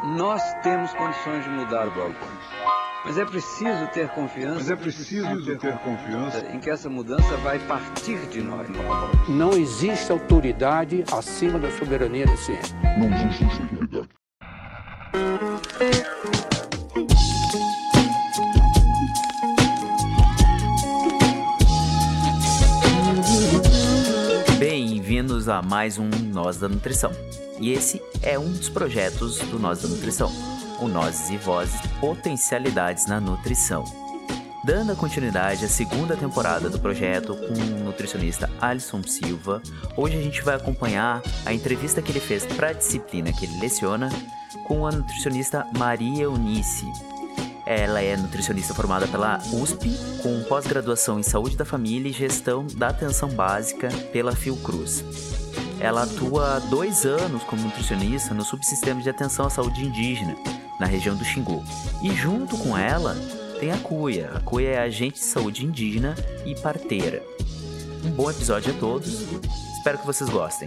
Nós temos condições de mudar o balcão. Mas é preciso ter confiança. Em que essa mudança vai partir de nós. Não existe autoridade acima da soberania da ciência. Não existe autoridade. Bem-vindos a mais um Nós da Nutrição. E esse é um dos projetos do Nós da Nutrição, o Nozes e Vozes Potencialidades na Nutrição. Dando continuidade à segunda temporada do projeto com o nutricionista Alisson Silva, hoje a gente vai acompanhar a entrevista que ele fez para a disciplina que ele leciona com a nutricionista Maria Eunice. Ela é nutricionista formada pela USP, com pós-graduação em Saúde da Família e Gestão da Atenção Básica pela Fiocruz. Ela atua há 2 anos como nutricionista no subsistema de atenção à saúde indígena, na região do Xingu. E junto com ela tem a Cuia. A Cuia é agente de saúde indígena e parteira. Um bom episódio a todos. Espero que vocês gostem.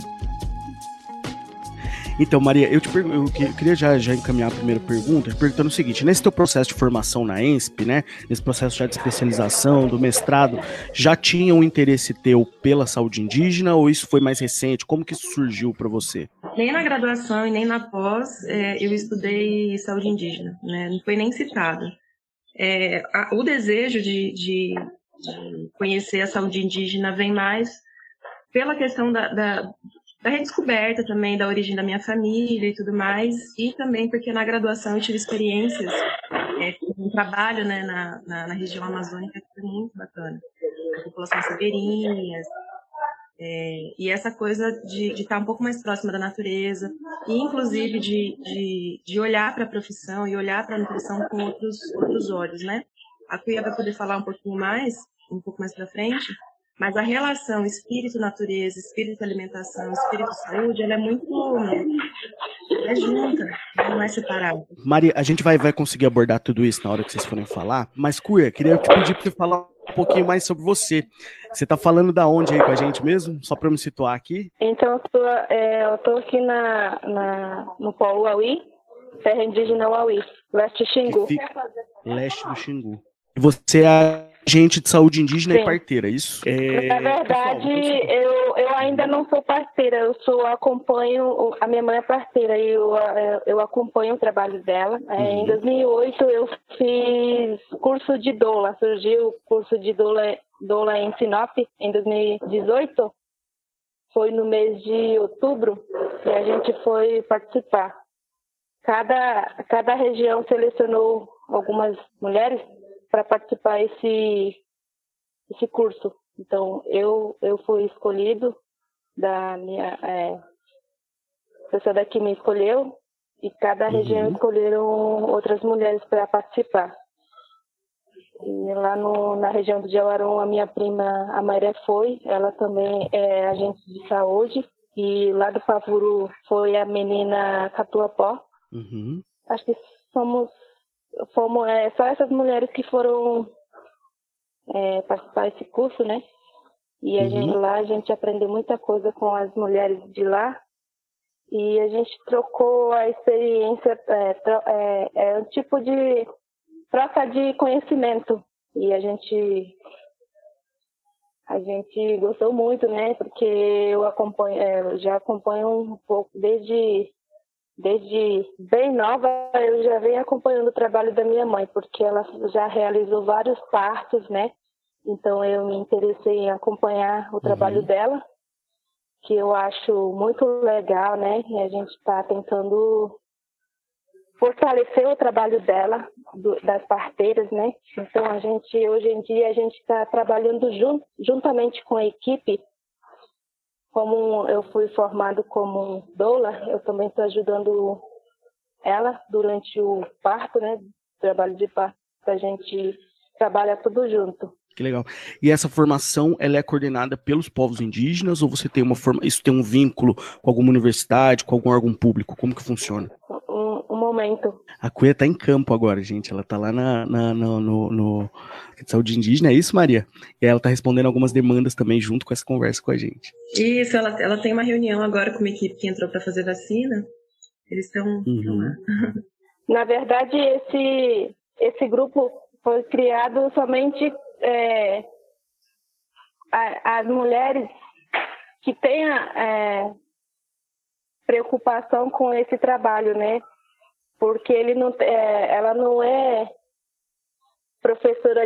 Então, Maria, eu queria já encaminhar a primeira pergunta, perguntando o seguinte: nesse teu processo de formação na ENSP, né, nesse processo já de especialização, do mestrado, já tinha um interesse teu pela saúde indígena ou isso foi mais recente? Como que isso surgiu para você? Nem na graduação e nem na pós eu estudei saúde indígena, né? Não foi nem citado. O desejo de conhecer a saúde indígena vem mais pela questão da redescoberta também da origem da minha família e tudo mais, e também porque na graduação eu tive experiências, um trabalho, né, na região amazônica que foi muito bacana, a população ribeirinhas, e essa coisa de estar um pouco mais próxima da natureza, e inclusive de olhar para a profissão e olhar para a nutrição com outros olhos, né? A Cuia vai poder falar um pouco mais para frente, mas a relação espírito-natureza, espírito-alimentação, espírito-saúde, ela é muito junta, não é separada. Maria, a gente vai conseguir abordar tudo isso na hora que vocês forem falar, mas, Cuia, queria te pedir para você falar um pouquinho mais sobre você. Você está falando da onde aí com a gente mesmo? Só para me situar aqui. Então, eu tô aqui no Polo Uauí, terra indígena Uauí, leste do Xingu. Leste do Xingu. E você é agente de saúde indígena Sim. E parteira, isso? Na verdade, eu ainda não sou parteira, acompanho, a minha mãe é parteira e eu acompanho o trabalho dela. Em 2008 eu fiz curso de doula, surgiu o curso de doula em Sinop, em 2018, foi no mês de outubro, e a gente foi participar. Cada região selecionou algumas mulheres para participar esse curso. Então, eu fui escolhido, a pessoa daqui me escolheu, e cada região escolheram outras mulheres para participar. E lá na região do Jauaron, a minha prima, a Maria ela também é agente de saúde, e lá do Pavuru foi a menina Catuapó. Acho que fomos só essas mulheres que foram participar desse curso, né? E a gente aprendeu muita coisa com as mulheres de lá, e a gente trocou a experiência, um tipo de troca de conhecimento, e a gente gostou muito, né? Porque eu já acompanho um pouco desde bem nova, eu já venho acompanhando o trabalho da minha mãe, porque ela já realizou vários partos, né? Então eu me interessei em acompanhar o trabalho dela, que eu acho muito legal, né? E a gente está tentando fortalecer o trabalho dela, das parteiras, né? Então hoje em dia, a gente está trabalhando juntamente com a equipe. Como eu fui formado como doula, eu também estou ajudando ela durante o parto, né? Trabalho de parto, a gente trabalha tudo junto. Que legal. E essa formação, ela é coordenada pelos povos indígenas ou você tem isso tem um vínculo com alguma universidade, com algum órgão público? Como que funciona? Um momento. A Cuia tá em campo agora, gente. Ela tá lá no Saúde Indígena, é isso, Maria? E ela tá respondendo algumas demandas também junto com essa conversa com a gente. Isso, ela tem uma reunião agora com uma equipe que entrou para fazer vacina. Eles estão lá. Na verdade, esse grupo foi criado somente as mulheres que têm preocupação com esse trabalho, né? Porque ela não é professora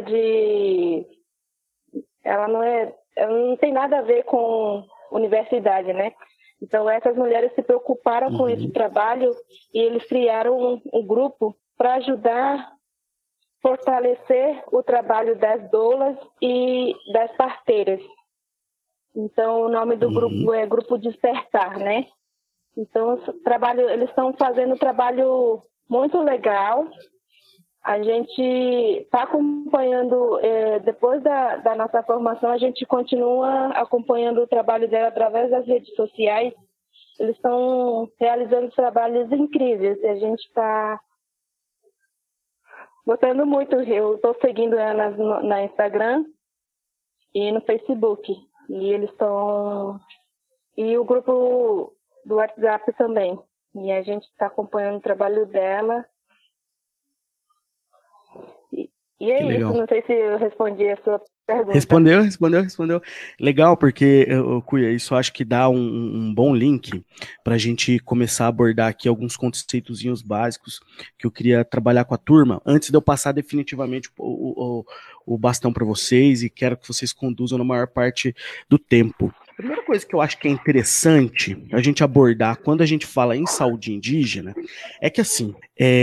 ela não tem nada a ver com universidade, né? Então essas mulheres se preocuparam com esse trabalho e eles criaram um grupo para ajudar fortalecer o trabalho das doulas e das parteiras. Então, o nome do grupo é Grupo Despertar, né? Então, eles estão fazendo um trabalho muito legal. A gente está acompanhando, depois da nossa formação, a gente continua acompanhando o trabalho dela através das redes sociais. Eles estão realizando trabalhos incríveis e a gente está gostando muito. Eu estou seguindo ela na Instagram e no Facebook. E eles estão... E o grupo do WhatsApp também. E a gente está acompanhando o trabalho dela. E é isso. Não sei se eu respondi a sua pergunta. Respondeu. Legal, porque, Cuia, isso acho que dá um bom link para a gente começar a abordar aqui alguns conceitozinhos básicos que eu queria trabalhar com a turma, antes de eu passar definitivamente o bastão para vocês, e quero que vocês conduzam na maior parte do tempo. A primeira coisa que eu acho que é interessante a gente abordar quando a gente fala em saúde indígena é que, assim,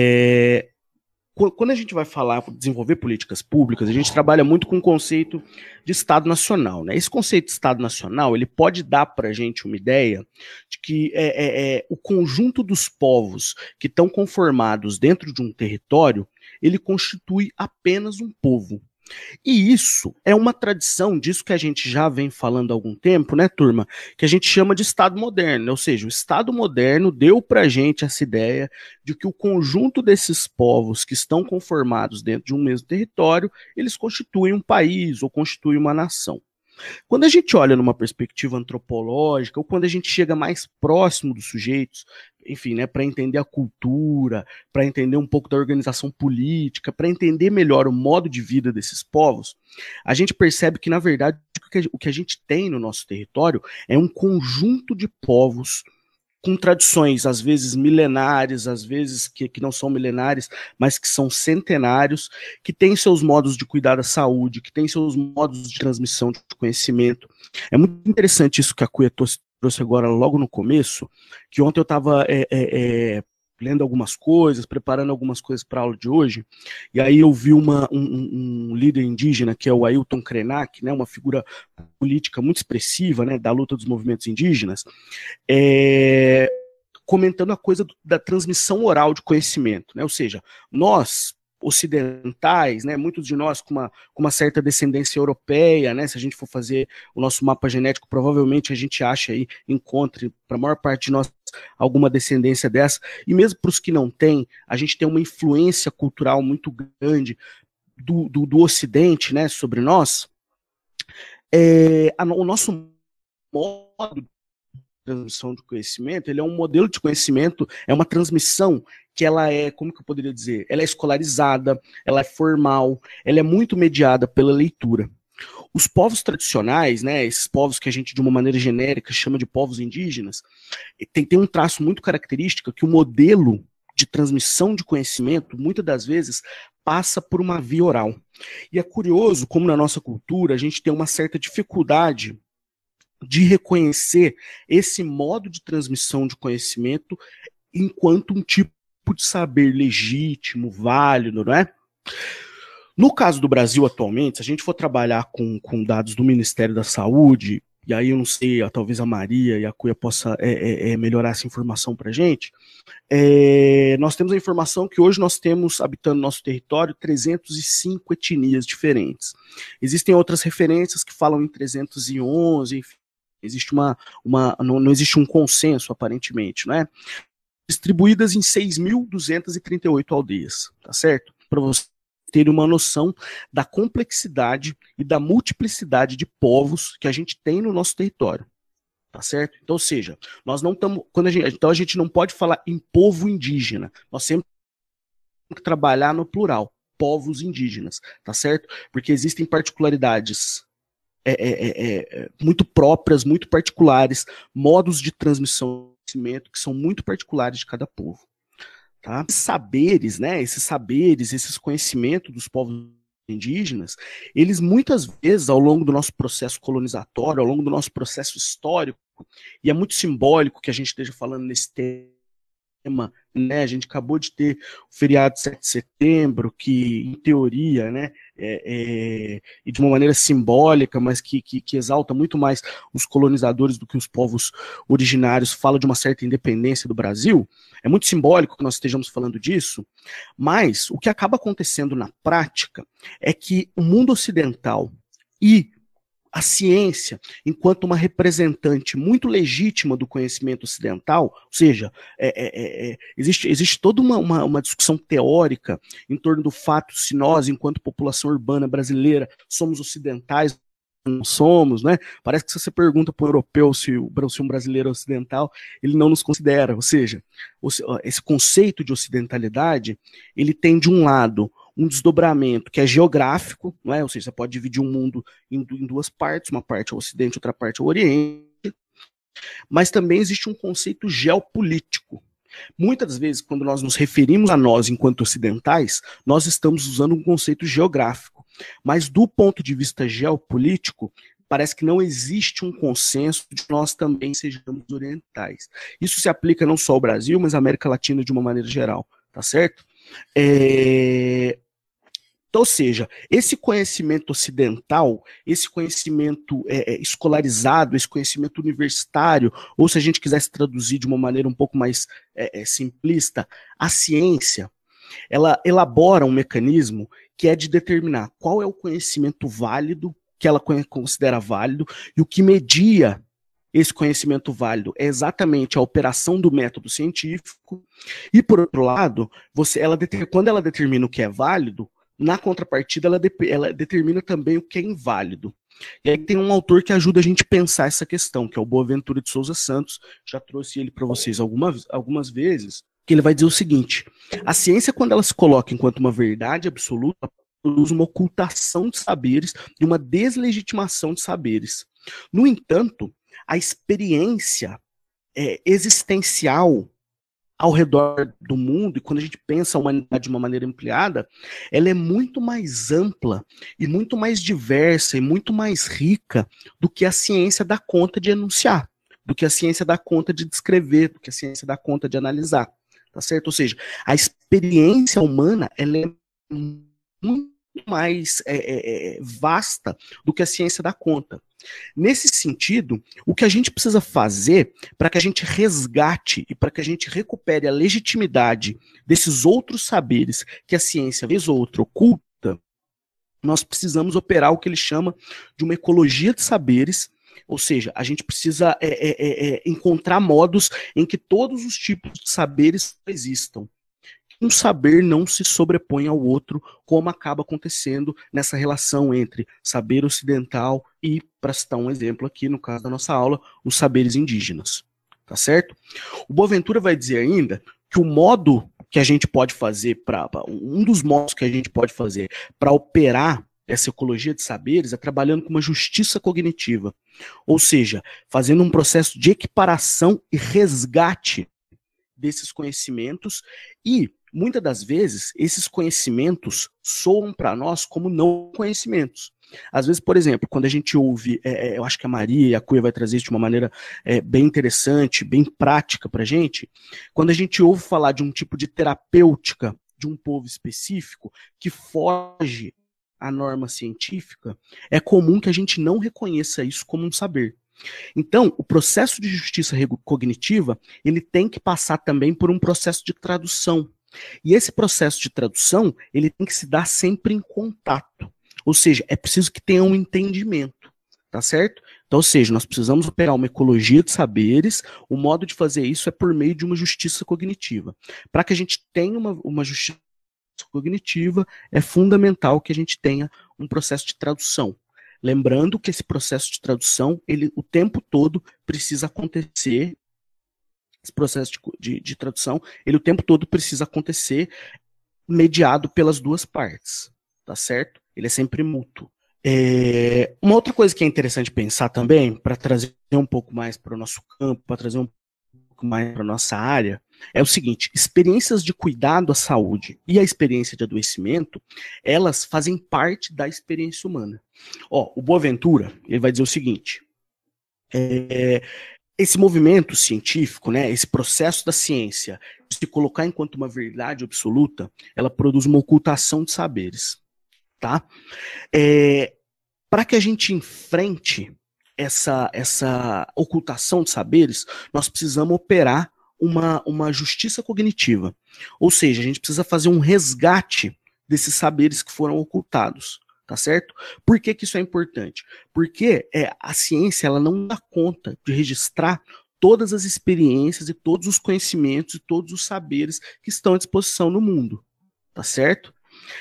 quando a gente vai falar, desenvolver políticas públicas, a gente trabalha muito com o conceito de Estado Nacional, né? Esse conceito de Estado Nacional, ele pode dar para a gente uma ideia de que o conjunto dos povos que estão conformados dentro de um território, ele constitui apenas um povo. E isso é uma tradição disso que a gente já vem falando há algum tempo, né, turma? Que a gente chama de Estado moderno, ou seja, o Estado moderno deu pra gente essa ideia de que o conjunto desses povos que estão conformados dentro de um mesmo território, eles constituem um país ou constituem uma nação. Quando a gente olha numa perspectiva antropológica, ou quando a gente chega mais próximo dos sujeitos, enfim, né, para entender a cultura, para entender um pouco da organização política, para entender melhor o modo de vida desses povos, a gente percebe que, na verdade, o que a gente tem no nosso território é um conjunto de povos com tradições, às vezes milenares, às vezes que não são milenares, mas que são centenários, que têm seus modos de cuidar da saúde, que têm seus modos de transmissão de conhecimento. É muito interessante isso que a Cuia trouxe agora logo no começo, que ontem eu estava lendo algumas coisas, preparando algumas coisas para a aula de hoje, e aí eu vi um líder indígena, que é o Ailton Krenak, né, uma figura política muito expressiva, né, da luta dos movimentos indígenas, comentando a coisa da transmissão oral de conhecimento, né, ou seja, nós, ocidentais, né, muitos de nós com uma certa descendência europeia, né, se a gente for fazer o nosso mapa genético, provavelmente a gente acha aí, encontre, para a maior parte de nós, alguma descendência dessa, e mesmo para os que não têm, a gente tem uma influência cultural muito grande do Ocidente, né, sobre nós. O nosso modo de transmissão de conhecimento, ele é um modelo de conhecimento, é uma transmissão que ela é, como que eu poderia dizer, ela é escolarizada, ela é formal, ela é muito mediada pela leitura. Os povos tradicionais, né, esses povos que a gente de uma maneira genérica chama de povos indígenas, tem um traço muito característico que o modelo de transmissão de conhecimento, muitas das vezes, passa por uma via oral. E é curioso como na nossa cultura a gente tem uma certa dificuldade de reconhecer esse modo de transmissão de conhecimento enquanto um tipo de saber legítimo, válido, não é? No caso do Brasil atualmente, se a gente for trabalhar com dados do Ministério da Saúde, e aí eu não sei, talvez a Maria e a Cuia possa melhorar essa informação para a gente, nós temos a informação que hoje nós temos, habitando nosso território, 305 etnias diferentes. Existem outras referências que falam em 311, enfim, existe não existe um consenso, aparentemente, né? Distribuídas em 6.238 aldeias, tá certo? Para você ter uma noção da complexidade e da multiplicidade de povos que a gente tem no nosso território. tá certo? Então, ou seja, nós não estamos, então a gente não pode falar em povo indígena, nós sempre temos que trabalhar no plural, povos indígenas, tá certo? Porque existem particularidades muito próprias, muito particulares, modos de transmissão do conhecimento que são muito particulares de cada povo. Tá? Esses saberes, né, esses conhecimentos dos povos indígenas, eles muitas vezes, ao longo do nosso processo colonizatório, ao longo do nosso processo histórico, e é muito simbólico que a gente esteja falando nesse tema, né, a gente acabou de ter o feriado de 7 de setembro, que, em teoria, né, e de uma maneira simbólica, mas que exalta muito mais os colonizadores do que os povos originários, fala de uma certa independência do Brasil. É muito simbólico que nós estejamos falando disso, mas o que acaba acontecendo na prática é que o mundo ocidental e a ciência, enquanto uma representante muito legítima do conhecimento ocidental, ou seja, existe toda uma discussão teórica em torno do fato se nós, enquanto população urbana brasileira, somos ocidentais, não somos, né? Parece que se você pergunta para o europeu se um brasileiro é ocidental, ele não nos considera, ou seja, esse conceito de ocidentalidade, ele tem de um lado um desdobramento que é geográfico, não é? Ou seja, você pode dividir o mundo em duas partes, uma parte é o Ocidente, outra parte é o Oriente, mas também existe um conceito geopolítico. Muitas vezes, quando nós nos referimos a nós enquanto ocidentais, nós estamos usando um conceito geográfico, mas do ponto de vista geopolítico, parece que não existe um consenso de que nós também sejamos orientais. Isso se aplica não só ao Brasil, mas à América Latina de uma maneira geral, tá certo? Então, ou seja, esse conhecimento ocidental, esse conhecimento escolarizado, esse conhecimento universitário, ou se a gente quisesse traduzir de uma maneira um pouco mais simplista, a ciência, ela elabora um mecanismo que é de determinar qual é o conhecimento válido, que ela considera válido, e o que media esse conhecimento válido é exatamente a operação do método científico, e por outro lado, quando ela determina o que é válido, na contrapartida, ela determina também o que é inválido. E aí tem um autor que ajuda a gente a pensar essa questão, que é o Boaventura de Souza Santos, já trouxe ele para vocês algumas vezes, que ele vai dizer o seguinte: a ciência, quando ela se coloca enquanto uma verdade absoluta, produz uma ocultação de saberes e uma deslegitimação de saberes. No entanto, a experiência existencial ao redor do mundo, e quando a gente pensa a humanidade de uma maneira ampliada, ela é muito mais ampla e muito mais diversa e muito mais rica do que a ciência dá conta de enunciar, do que a ciência dá conta de descrever, do que a ciência dá conta de analisar, tá certo? Ou seja, a experiência humana, ela é muito mais vasta do que a ciência dá conta. Nesse sentido, o que a gente precisa fazer para que a gente resgate e para que a gente recupere a legitimidade desses outros saberes que a ciência, vez ou outra, oculta, nós precisamos operar o que ele chama de uma ecologia de saberes, ou seja, a gente precisa encontrar modos em que todos os tipos de saberes existam. Um saber não se sobrepõe ao outro, como acaba acontecendo nessa relação entre saber ocidental e, para citar um exemplo aqui, no caso da nossa aula, os saberes indígenas. Tá certo? O Boaventura vai dizer ainda que o modo que a gente pode fazer, um dos modos que a gente pode fazer para operar essa ecologia de saberes é trabalhando com uma justiça cognitiva, ou seja, fazendo um processo de equiparação e resgate desses conhecimentos e muitas das vezes, esses conhecimentos soam para nós como não conhecimentos. Às vezes, por exemplo, quando a gente ouve, eu acho que a Maria e a Cuia vai trazer isso de uma maneira bem interessante, bem prática para a gente, quando a gente ouve falar de um tipo de terapêutica de um povo específico que foge à norma científica, é comum que a gente não reconheça isso como um saber. Então, o processo de justiça cognitiva, ele tem que passar também por um processo de tradução. E esse processo de tradução, ele tem que se dar sempre em contato. Ou seja, é preciso que tenha um entendimento, tá certo? Então, ou seja, nós precisamos operar uma ecologia de saberes, o modo de fazer isso é por meio de uma justiça cognitiva. Para que a gente tenha uma justiça cognitiva, é fundamental que a gente tenha um processo de tradução. Lembrando que esse processo de tradução, ele o tempo todo precisa acontecer, esse processo de tradução, ele o tempo todo precisa acontecer mediado pelas duas partes, tá certo? Ele é sempre mútuo. Uma outra coisa que é interessante pensar também, para trazer um pouco mais para o nosso campo, para trazer um pouco mais para a nossa área, é o seguinte: experiências de cuidado à saúde e a experiência de adoecimento, elas fazem parte da experiência humana. O Boaventura, ele vai dizer o seguinte, esse movimento científico, né, esse processo da ciência, de se colocar enquanto uma verdade absoluta, ela produz uma ocultação de saberes, tá? Para que a gente enfrente essa ocultação de saberes, nós precisamos operar uma justiça cognitiva. Ou seja, a gente precisa fazer um resgate desses saberes que foram ocultados, tá certo? Por que isso é importante? Porque a ciência, ela não dá conta de registrar todas as experiências e todos os conhecimentos e todos os saberes que estão à disposição no mundo, tá certo?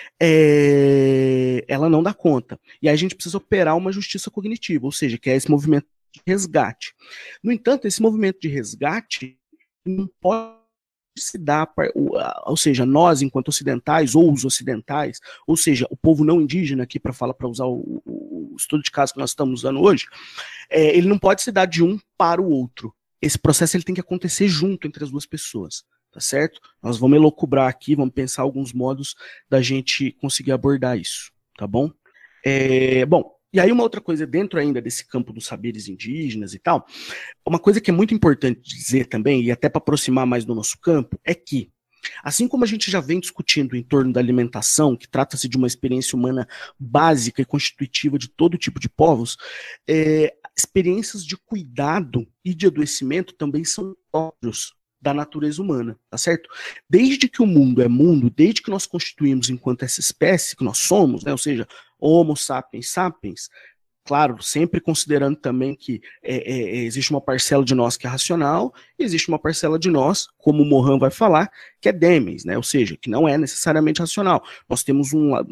Ela não dá conta. E aí a gente precisa operar uma justiça cognitiva, ou seja, que é esse movimento de resgate. No entanto, esse movimento de resgate não pode se dar, ou seja, nós enquanto ocidentais, ou os ocidentais, ou seja, o povo não indígena aqui para usar o estudo de caso que nós estamos usando hoje, ele não pode se dar de um para o outro. Esse processo ele tem que acontecer junto entre as duas pessoas. Tá certo? Nós vamos elocubrar aqui, vamos pensar alguns modos da gente conseguir abordar isso, tá bom? Bom, e aí uma outra coisa dentro ainda desse campo dos saberes indígenas e tal, uma coisa que é muito importante dizer também, e até para aproximar mais do nosso campo, é que, assim como a gente já vem discutindo em torno da alimentação, que trata-se de uma experiência humana básica e constitutiva de todo tipo de povos, experiências de cuidado e de adoecimento também são próprios da natureza humana, tá certo? Desde que o mundo é mundo, desde que nós constituímos enquanto essa espécie que nós somos, né, ou seja, Homo sapiens sapiens, claro, sempre considerando também que existe uma parcela de nós que é racional, e existe uma parcela de nós, como o Mohan vai falar, que é demens, né, ou seja, que não é necessariamente racional. Nós temos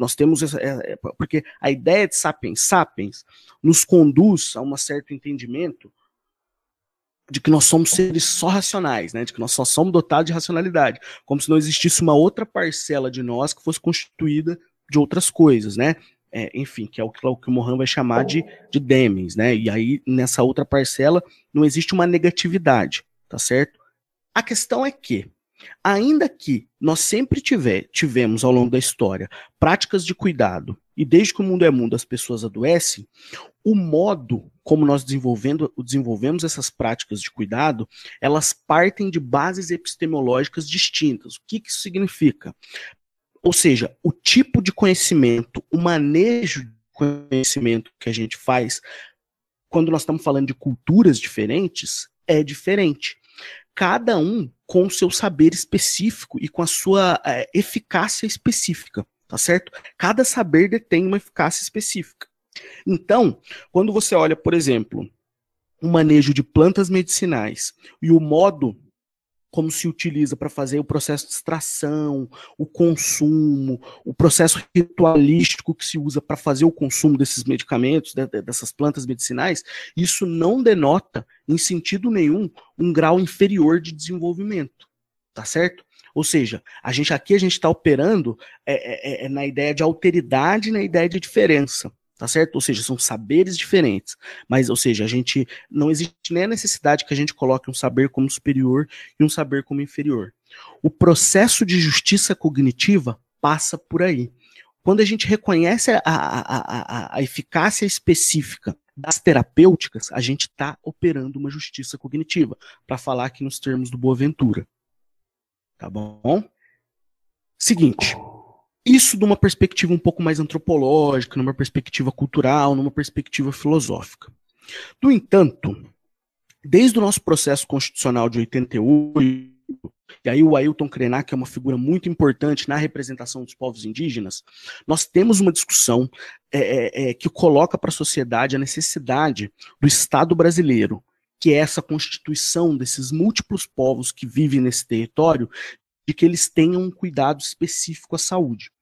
porque a ideia de sapiens sapiens nos conduz a um certo entendimento de que nós somos seres só racionais, né? De que nós só somos dotados de racionalidade, como se não existisse uma outra parcela de nós que fosse constituída de outras coisas, né? Enfim, que é o que o Mohan vai chamar de demens, né? E aí, nessa outra parcela, não existe uma negatividade, tá certo? A questão é que, ainda que nós sempre tivemos ao longo da história práticas de cuidado, e desde que o mundo é mundo as pessoas adoecem, o modo como nós desenvolvemos essas práticas de cuidado, elas partem de bases epistemológicas distintas. O que isso significa? Ou seja, o tipo de conhecimento, o manejo de conhecimento que a gente faz, quando nós estamos falando de culturas diferentes, é diferente. Cada um com o seu saber específico e com a sua eficácia específica, tá certo? Cada saber detém uma eficácia específica. Então, quando você olha, por exemplo, o manejo de plantas medicinais e o modo como se utiliza para fazer o processo de extração, o consumo, o processo ritualístico que se usa para fazer o consumo desses medicamentos, dessas plantas medicinais, isso não denota, em sentido nenhum, um grau inferior de desenvolvimento, tá certo? Ou seja, a gente está operando na ideia de alteridade, na ideia de diferença. Tá certo? Ou seja, são saberes diferentes. Mas, ou seja, não existe nem a necessidade que a gente coloque um saber como superior e um saber como inferior. O processo de justiça cognitiva passa por aí. Quando a gente reconhece a eficácia específica das terapêuticas, a gente está operando uma justiça cognitiva, para falar aqui nos termos do Boaventura. Tá bom? Seguinte. Isso de uma perspectiva um pouco mais antropológica, numa perspectiva cultural, numa perspectiva filosófica. No entanto, desde o nosso processo constitucional de 88, e aí o Ailton Krenak é uma figura muito importante na representação dos povos indígenas, nós temos uma discussão que coloca para a sociedade a necessidade do Estado brasileiro, que é essa constituição desses múltiplos povos que vivem nesse território, de que eles tenham um cuidado específico à saúde.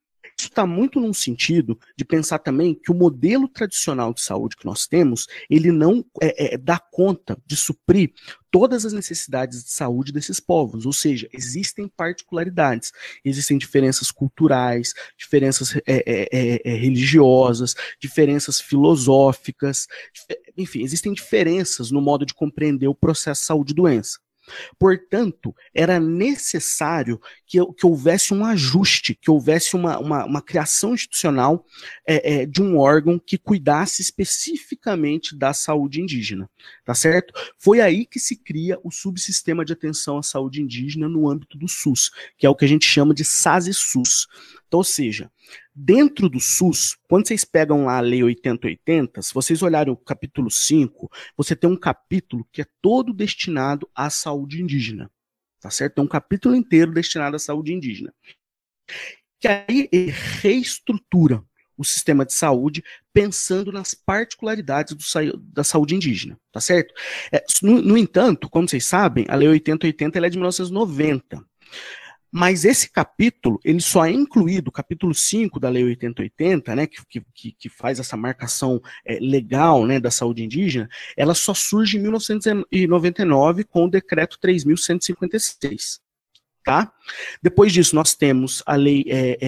está muito num sentido de pensar também que o modelo tradicional de saúde que nós temos, ele não dá conta de suprir todas as necessidades de saúde desses povos, ou seja, existem particularidades, existem diferenças culturais, diferenças religiosas, diferenças filosóficas, enfim, existem diferenças no modo de compreender o processo saúde e doença. Portanto, era necessário que houvesse um ajuste, que houvesse uma criação institucional de um órgão que cuidasse especificamente da saúde indígena, tá certo? Foi aí que se cria o subsistema de atenção à saúde indígena no âmbito do SUS, que é o que a gente chama de SASE-SUS. Então, ou seja, dentro do SUS, quando vocês pegam lá a Lei 8080, se vocês olharem o capítulo 5, você tem um capítulo que é todo destinado à saúde indígena, tá certo? Tem um capítulo inteiro destinado à saúde indígena. Que aí ele reestrutura o sistema de saúde pensando nas particularidades da saúde indígena, tá certo? No entanto, como vocês sabem, a Lei 8080 ela é de 1990. Mas esse capítulo, ele só é incluído, o capítulo 5 da Lei 8080, né, que faz essa marcação legal, né, da saúde indígena, ela só surge em 1999 com o decreto 3.156. Tá? Depois disso, nós temos a Lei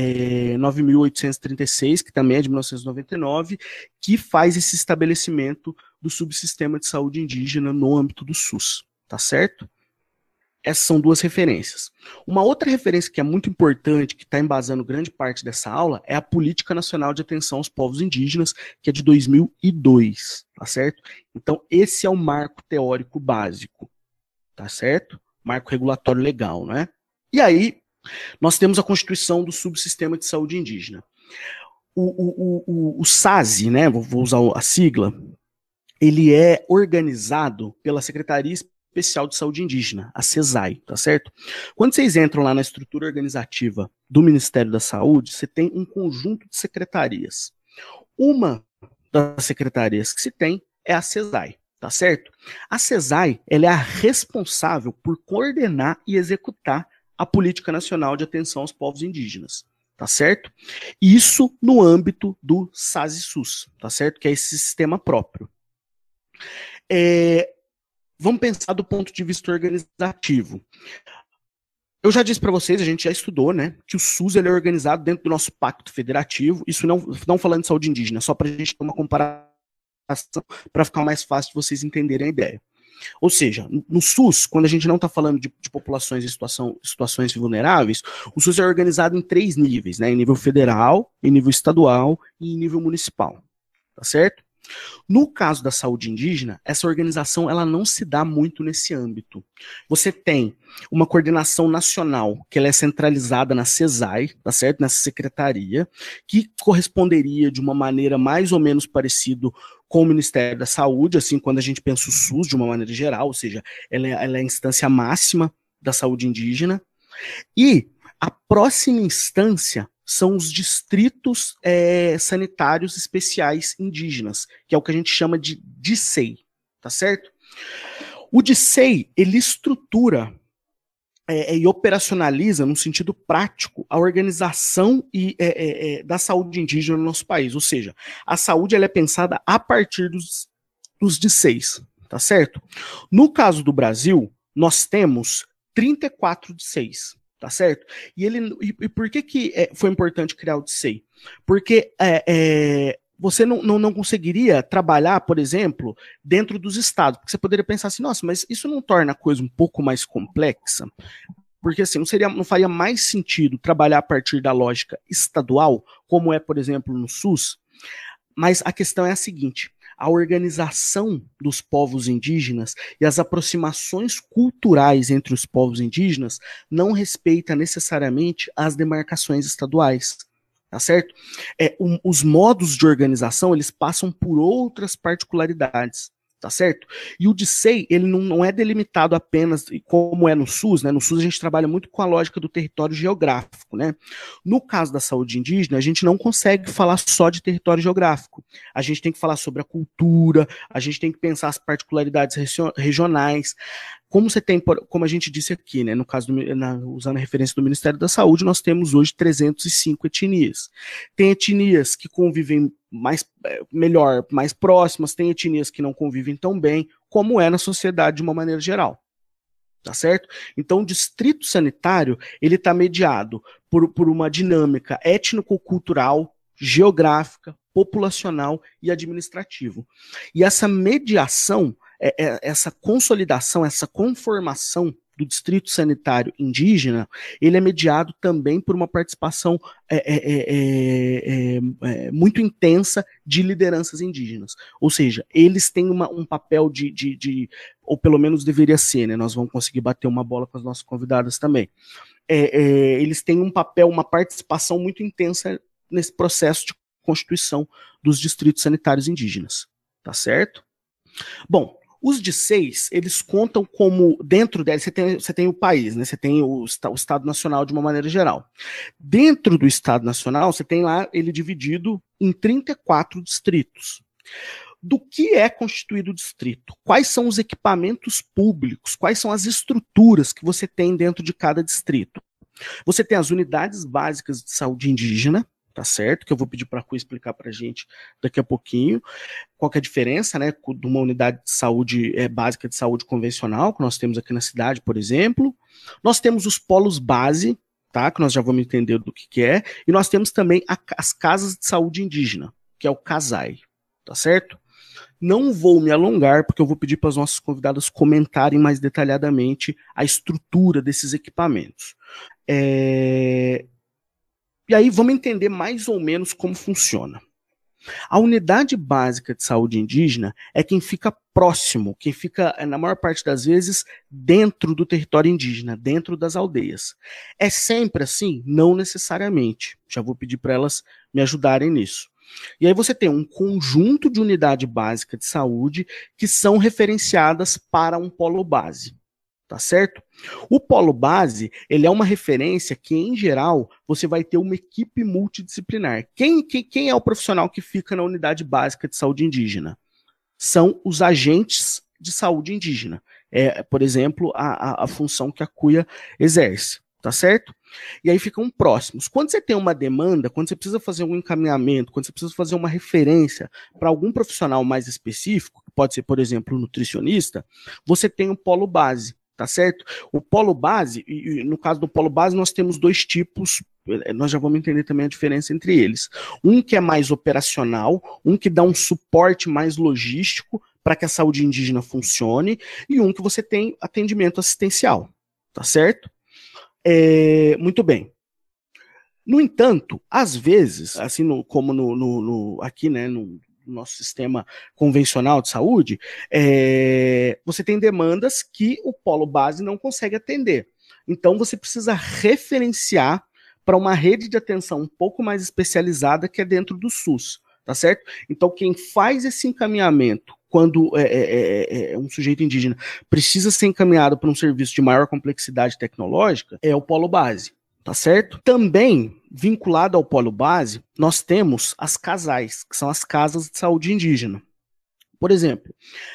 9.836, que também é de 1999, que faz esse estabelecimento do subsistema de saúde indígena no âmbito do SUS, tá certo? Essas são duas referências. Uma outra referência que é muito importante, que está embasando grande parte dessa aula, é a Política Nacional de Atenção aos Povos Indígenas, que é de 2002, tá certo? Então, esse é o marco teórico básico, tá certo? Marco regulatório legal, né? E aí, nós temos a Constituição do Subsistema de Saúde Indígena. O SASE, né, vou usar a sigla, ele é organizado pela Secretaria Especial de Saúde Indígena, a CESAI, tá certo? Quando vocês entram lá na estrutura organizativa do Ministério da Saúde, você tem um conjunto de secretarias. Uma das secretarias que se tem é a CESAI, tá certo? A CESAI, ela é a responsável por coordenar e executar a Política Nacional de Atenção aos Povos Indígenas, tá certo? Isso no âmbito do SASE-SUS, tá certo? Que é esse sistema próprio. Vamos pensar do ponto de vista organizativo. Eu já disse para vocês, a gente já estudou, né, que o SUS ele é organizado dentro do nosso pacto federativo, isso não falando de saúde indígena, só para a gente ter uma comparação, para ficar mais fácil de vocês entenderem a ideia. Ou seja, no SUS, quando a gente não está falando de populações em situações vulneráveis, o SUS é organizado em 3 níveis, né? Em nível federal, em nível estadual e em nível municipal. Tá certo? No caso da saúde indígena, essa organização ela não se dá muito nesse âmbito. Você tem uma coordenação nacional, que ela é centralizada na CESAI, tá certo? Nessa secretaria, que corresponderia de uma maneira mais ou menos parecida com o Ministério da Saúde, assim, quando a gente pensa o SUS de uma maneira geral, ou seja, ela é a instância máxima da saúde indígena. E a próxima instância são os distritos sanitários especiais indígenas, que é o que a gente chama de DICEI, tá certo? O DICEI, ele estrutura e operacionaliza, no sentido prático, a organização da saúde indígena no nosso país, ou seja, a saúde ela é pensada a partir dos DICEIs, tá certo? No caso do Brasil, nós temos 34 DICEIs, tá certo? E por que foi importante criar o DICEI? Porque você não conseguiria trabalhar, por exemplo, dentro dos estados, porque você poderia pensar assim, nossa, mas isso não torna a coisa um pouco mais complexa? Porque assim, não faria mais sentido trabalhar a partir da lógica estadual, como é, por exemplo, no SUS? Mas a questão é a seguinte: a organização dos povos indígenas e as aproximações culturais entre os povos indígenas não respeita necessariamente as demarcações estaduais, tá certo? Os modos de organização, eles passam por outras particularidades, tá certo? E o DICEI, ele não é delimitado apenas como é no SUS, né? No SUS a gente trabalha muito com a lógica do território geográfico, né? No caso da saúde indígena, a gente não consegue falar só de território geográfico. A gente tem que falar sobre a cultura, a gente tem que pensar as particularidades regionais. Como você tem, como a gente disse aqui, né, no caso, usando a referência do Ministério da Saúde, nós temos hoje 305 etnias. Tem etnias que convivem melhor, mais próximas, tem etnias que não convivem tão bem, como é na sociedade de uma maneira geral. Tá certo? Então, o distrito sanitário, ele está mediado por uma dinâmica étnico-cultural, geográfica, populacional e administrativo. E essa mediação, essa consolidação, essa conformação do distrito sanitário indígena, ele é mediado também por uma participação muito intensa de lideranças indígenas. Ou seja, eles têm um papel ou pelo menos deveria ser, né? Nós vamos conseguir bater uma bola com as nossas convidadas também. Eles têm um papel, uma participação muito intensa nesse processo de constituição dos distritos sanitários indígenas. Tá certo? Bom, os DICEIs, eles contam como, dentro deles, você tem o país, né? Você tem o Estado Nacional de uma maneira geral. Dentro do Estado Nacional, você tem lá ele dividido em 34 distritos. Do que é constituído o distrito? Quais são os equipamentos públicos? Quais são as estruturas que você tem dentro de cada distrito? Você tem as unidades básicas de saúde indígena, tá certo? Que eu vou pedir para a Cu explicar para a gente daqui a pouquinho. Qual que é a diferença, né, de uma unidade de saúde básica de saúde convencional, que nós temos aqui na cidade, por exemplo. Nós temos os polos base, tá, que nós já vamos entender do que é, e nós temos também as casas de saúde indígena, que é o CASAI, tá certo? Não vou me alongar, porque eu vou pedir para as nossas convidadas comentarem mais detalhadamente a estrutura desses equipamentos. E aí vamos entender mais ou menos como funciona. A unidade básica de saúde indígena é quem fica próximo, quem fica, na maior parte das vezes, dentro do território indígena, dentro das aldeias. É sempre assim? Não necessariamente. Já vou pedir para elas me ajudarem nisso. E aí você tem um conjunto de unidade básica de saúde que são referenciadas para um polo base. Tá certo? O polo base, ele é uma referência que, em geral, você vai ter uma equipe multidisciplinar. Quem é o profissional que fica na unidade básica de saúde indígena? São os agentes de saúde indígena. Por exemplo, a função que a CUIA exerce. Tá certo? E aí ficam próximos. Quando você tem uma demanda, quando você precisa fazer um encaminhamento, quando você precisa fazer uma referência para algum profissional mais específico, que pode ser, por exemplo, um nutricionista, você tem o polo base. Tá certo? O polo base, e no caso do polo base, nós temos dois tipos, nós já vamos entender também a diferença entre eles. Um que é mais operacional, um que dá um suporte mais logístico para que a saúde indígena funcione, e um que você tem atendimento assistencial. Tá certo? Muito bem. No entanto, às vezes, assim como aqui, né, no nosso sistema convencional de saúde, você tem demandas que o polo base não consegue atender. Então, você precisa referenciar para uma rede de atenção um pouco mais especializada que é dentro do SUS, tá certo? Então, quem faz esse encaminhamento quando um sujeito indígena precisa ser encaminhado para um serviço de maior complexidade tecnológica, é o polo base. Tá certo? Também, vinculado ao polo base, nós temos as CASAIs, que são as casas de saúde indígena. Por exemplo,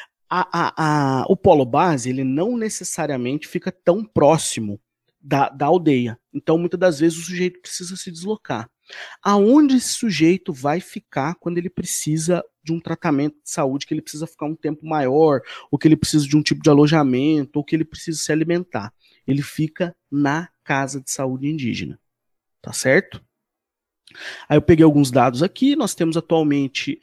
o polo base, ele não necessariamente fica tão próximo da aldeia. Então, muitas das vezes, o sujeito precisa se deslocar. Aonde esse sujeito vai ficar quando ele precisa de um tratamento de saúde, que ele precisa ficar um tempo maior, ou que ele precisa de um tipo de alojamento, ou que ele precisa se alimentar? Ele fica na casa de saúde indígena, tá certo? Aí eu peguei alguns dados aqui, nós temos atualmente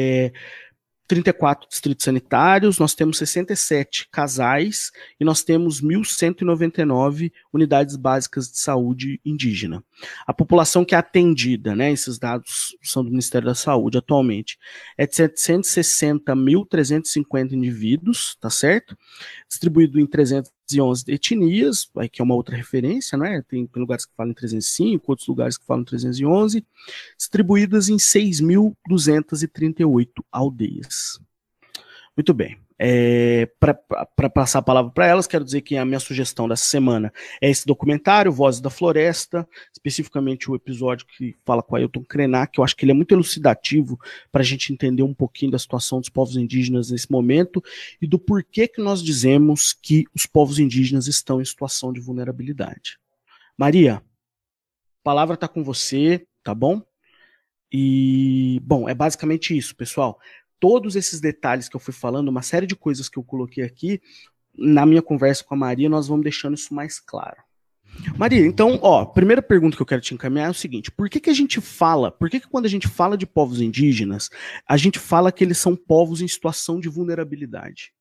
34 distritos sanitários, nós temos 67 casais e nós temos 1.199 unidades básicas de saúde indígena. A população que é atendida, né, esses dados são do Ministério da Saúde atualmente, é de 760.350 indivíduos, tá certo? Distribuído em 311 etnias, que é uma outra referência, né? Tem lugares que falam em 305, outros lugares que falam em 311, distribuídas em 6.238 aldeias. Muito bem. Para passar a palavra para elas, quero dizer que a minha sugestão dessa semana é esse documentário, Vozes da Floresta, especificamente o episódio que fala com Ailton Krenak, que eu acho que ele é muito elucidativo para a gente entender um pouquinho da situação dos povos indígenas nesse momento e do porquê que nós dizemos que os povos indígenas estão em situação de vulnerabilidade. Maria, a palavra está com você, tá bom? E, bom, é basicamente isso, pessoal. Todos esses detalhes que eu fui falando, uma série de coisas que eu coloquei aqui, na minha conversa com a Maria, nós vamos deixando isso mais claro. Maria, então, a primeira pergunta que eu quero te encaminhar é o seguinte: por que a gente fala, por que quando a gente fala de povos indígenas, a gente fala que eles são povos em situação de vulnerabilidade?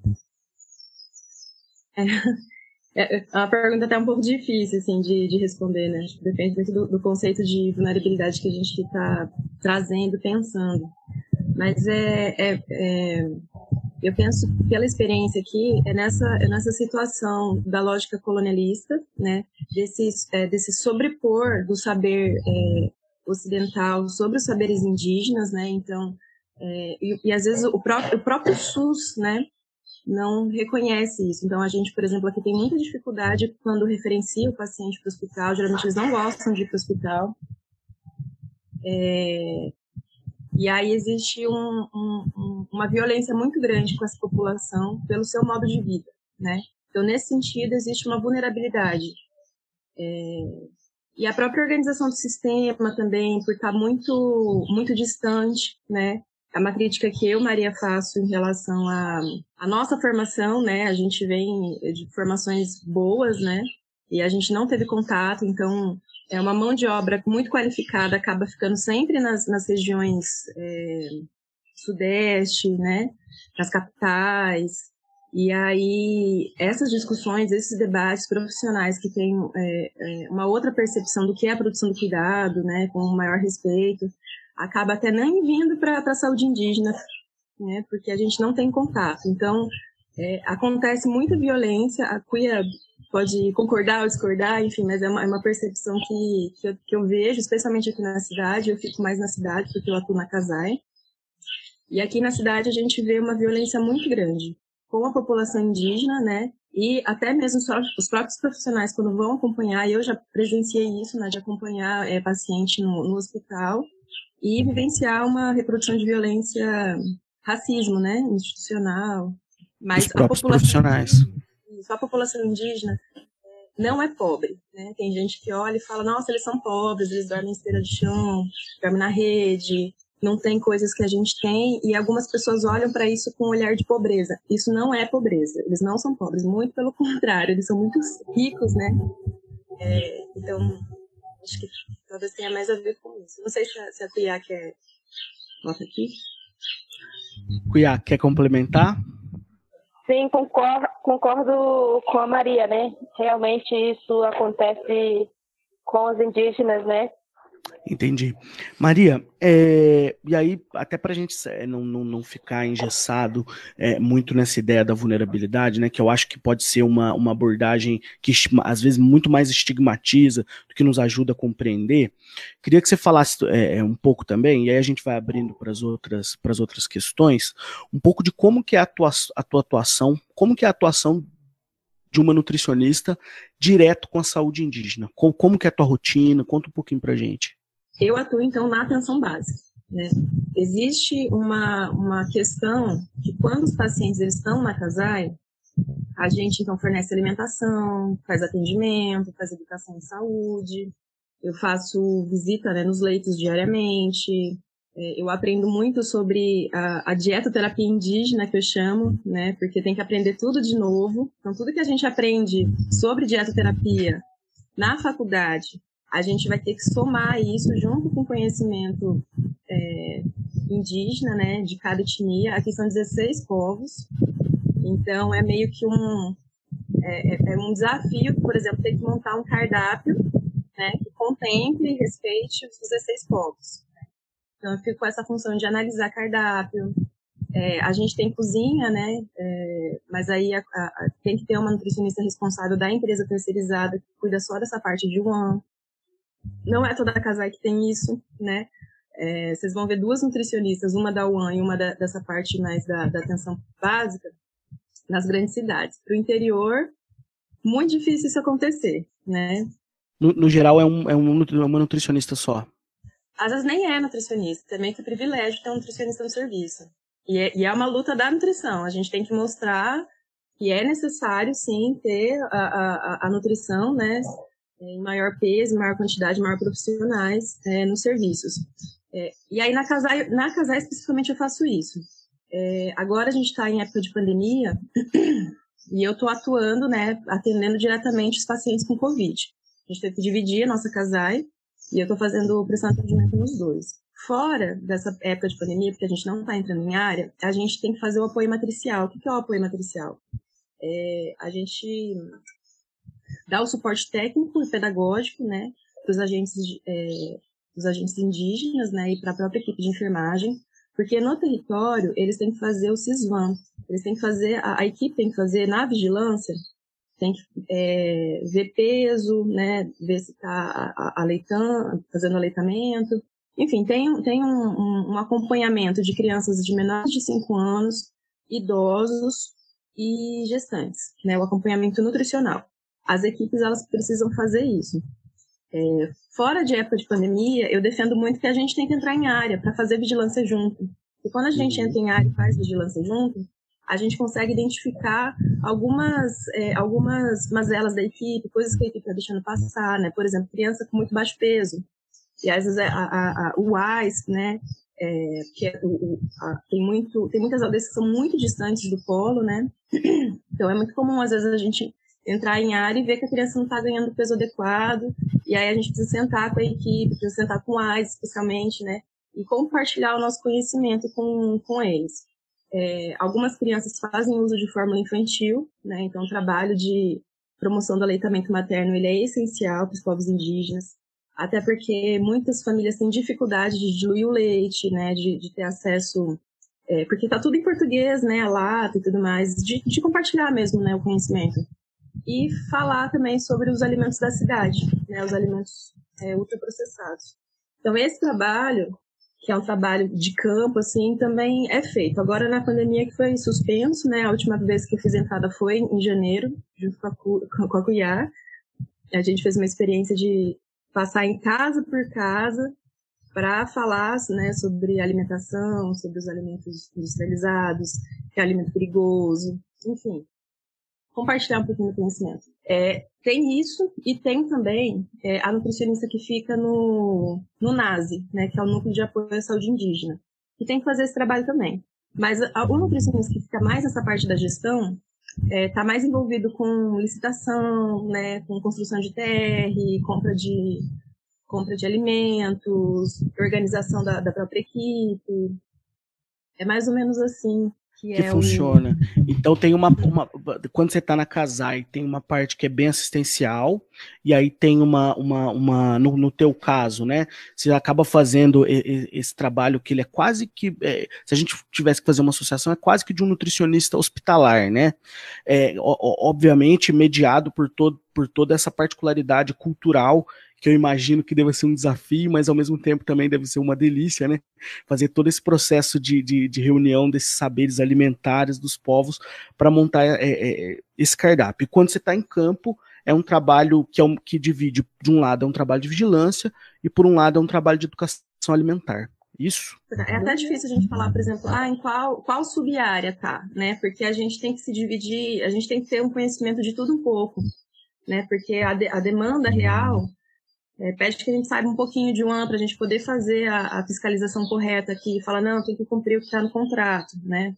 É uma pergunta até um pouco difícil, assim, de responder, né? Acho que depende muito do conceito de vulnerabilidade que a gente está trazendo, pensando. Mas eu penso, pela experiência aqui, é nessa situação da lógica colonialista, né? Desse sobrepor do saber ocidental sobre os saberes indígenas, né? Então, e às vezes o próprio SUS, né? Não reconhece isso. Então, a gente, por exemplo, aqui tem muita dificuldade quando referencia o paciente para o hospital. Geralmente, eles não gostam de ir para o hospital. E aí existe uma violência muito grande com essa população pelo seu modo de vida, né? Então, nesse sentido, existe uma vulnerabilidade. E a própria organização do sistema também, por estar muito, muito distante, né? É uma crítica que eu, Maria, faço em relação à nossa formação, né? A gente vem de formações boas, né? E a gente não teve contato, então uma mão de obra muito qualificada acaba ficando sempre nas regiões sudeste, né? Nas capitais. E aí, essas discussões, esses debates profissionais que têm uma outra percepção do que é a produção do cuidado, né? Com um maior respeito, acaba até nem vindo para a saúde indígena, né, porque a gente não tem contato. Então, acontece muita violência, a Cuia pode concordar ou discordar, enfim, mas é uma percepção que eu vejo, especialmente aqui na cidade. Eu fico mais na cidade porque eu atuo na CASAI. E aqui na cidade a gente vê uma violência muito grande com a população indígena, né, e até mesmo os próprios profissionais, quando vão acompanhar, eu já presenciei isso, né, de acompanhar paciente no hospital, e vivenciar uma reprodução de violência, racismo, né, institucional. Mas os próprios profissionais. A população indígena não é pobre, né? Tem gente que olha e fala, nossa, eles são pobres, eles dormem em esteira de chão, dormem na rede, não tem coisas que a gente tem, e algumas pessoas olham para isso com um olhar de pobreza. Isso não é pobreza, eles não são pobres, muito pelo contrário, eles são muito ricos, né? Então, acho que talvez tenha mais a ver com isso. Não sei se a Cuiá quer... Volta aqui. Cuiá, quer complementar? Sim, concordo com a Maria, né? Realmente isso acontece com os indígenas, né? Entendi. Maria, e aí, até para a gente não ficar engessado muito nessa ideia da vulnerabilidade, né, que eu acho que pode ser uma abordagem que às vezes muito mais estigmatiza do que nos ajuda a compreender, queria que você falasse um pouco também, e aí a gente vai abrindo para as outras questões, um pouco de como que é a tua atuação, como que é a atuação de uma nutricionista direto com a saúde indígena. Como que é a tua rotina? Conta um pouquinho pra gente. Eu atuo, então, na atenção básica, né? Existe uma questão que quando os pacientes eles estão na CASAI, a gente, então, fornece alimentação, faz atendimento, faz educação em saúde, eu faço visita, né, nos leitos diariamente, eu aprendo muito sobre a dietoterapia indígena, que eu chamo, né, porque tem que aprender tudo de novo. Então, tudo que a gente aprende sobre dietoterapia na faculdade, a gente vai ter que somar isso junto com o conhecimento indígena, né, de cada etnia. Aqui são 16 povos, então é meio que um desafio, por exemplo, ter que montar um cardápio, né, que contemple e respeite os 16 povos. Então, eu fico com essa função de analisar cardápio. A gente tem cozinha, né? Mas aí tem que ter uma nutricionista responsável da empresa terceirizada que cuida só dessa parte de one. Não é toda a CASAI que tem isso, né? vocês vão ver 2 nutricionistas, uma da UAN e uma dessa parte mais da atenção básica, nas grandes cidades. Para o interior, muito difícil isso acontecer, né? No geral, é uma nutricionista só. Às vezes nem é nutricionista, é meio que privilégio ter um nutricionista no serviço. E é uma luta da nutrição, a gente tem que mostrar que é necessário, sim, ter a nutrição, né, em maior peso, em maior quantidade, maior profissionais nos serviços. E aí, na Casai, especificamente, eu faço isso. Agora a gente está em época de pandemia e eu estou atuando, né, atendendo diretamente os pacientes com Covid. A gente teve que dividir a nossa Casai e eu estou prestando atendimento nos 2. Fora dessa época de pandemia, porque a gente não está entrando em área, a gente tem que fazer o apoio matricial. O que é o apoio matricial? A gente dá o suporte técnico e pedagógico, né, para os agentes indígenas, né, e para a própria equipe de enfermagem, porque no território eles têm que fazer o CISVAM, eles têm que fazer, a equipe tem que fazer na vigilância, tem que ver peso, né, ver se está fazendo aleitamento, enfim, tem um acompanhamento de crianças de menores de 5 anos, idosos e gestantes, né, o acompanhamento nutricional. As equipes, elas precisam fazer isso. Fora de época de pandemia, eu defendo muito que a gente tem que entrar em área para fazer vigilância junto. E quando a gente entra em área e faz vigilância junto, a gente consegue identificar algumas mazelas da equipe, coisas que a equipe está deixando passar, né? Por exemplo, criança com muito baixo peso. E às vezes o AIS, né? Tem muitas aldeias que são muito distantes do polo, né? Então é muito comum, às vezes, a gente entrar em área e ver que a criança não está ganhando o peso adequado, e aí a gente precisa sentar com a equipe, precisa sentar com o AIS, especialmente, né, e compartilhar o nosso conhecimento com eles. Algumas crianças fazem uso de fórmula infantil, né, então o trabalho de promoção do aleitamento materno ele é essencial para os povos indígenas, até porque muitas famílias têm dificuldade de diluir o leite, né, de ter acesso, porque está tudo em português, né, a lata e tudo mais, de compartilhar mesmo, né, o conhecimento. E falar também sobre os alimentos da cidade, né, os alimentos ultraprocessados. Então, esse trabalho, que é um trabalho de campo, assim, também é feito. Agora, na pandemia, que foi suspenso, né, a última vez que eu fiz entrada foi em janeiro, junto com a Cuiá. A gente fez uma experiência de passar em casa por casa para falar, né, sobre alimentação, sobre os alimentos industrializados, que é alimento perigoso, enfim. Compartilhar um pouquinho do conhecimento. Tem isso e tem também a nutricionista que fica no NASE, né, que é o Núcleo de Apoio à Saúde Indígena, que tem que fazer esse trabalho também. Mas o nutricionista que fica mais nessa parte da gestão está mais envolvido com licitação, né, com construção de TR, compra de alimentos, organização da própria equipe. É mais ou menos assim que funciona. Então tem quando você está na Casai, tem uma parte que é bem assistencial, e aí tem no teu caso, né, você acaba fazendo esse trabalho que ele é quase que, se a gente tivesse que fazer uma associação, é quase que de um nutricionista hospitalar, né, obviamente mediado por toda essa particularidade cultural, que eu imagino que deve ser um desafio, mas ao mesmo tempo também deve ser uma delícia, né? Fazer todo esse processo de reunião desses saberes alimentares dos povos para montar esse cardápio. E quando você está em campo, é um trabalho que divide, de um lado é um trabalho de vigilância e por um lado é um trabalho de educação alimentar. Isso? É até difícil a gente falar, por exemplo, em qual sub-área tá, né? Porque a gente tem que se dividir, a gente tem que ter um conhecimento de tudo um pouco, né? Porque a demanda real pede que a gente saiba um pouquinho de para a gente poder fazer a fiscalização correta aqui, fala, não, tem que cumprir o que está no contrato, né?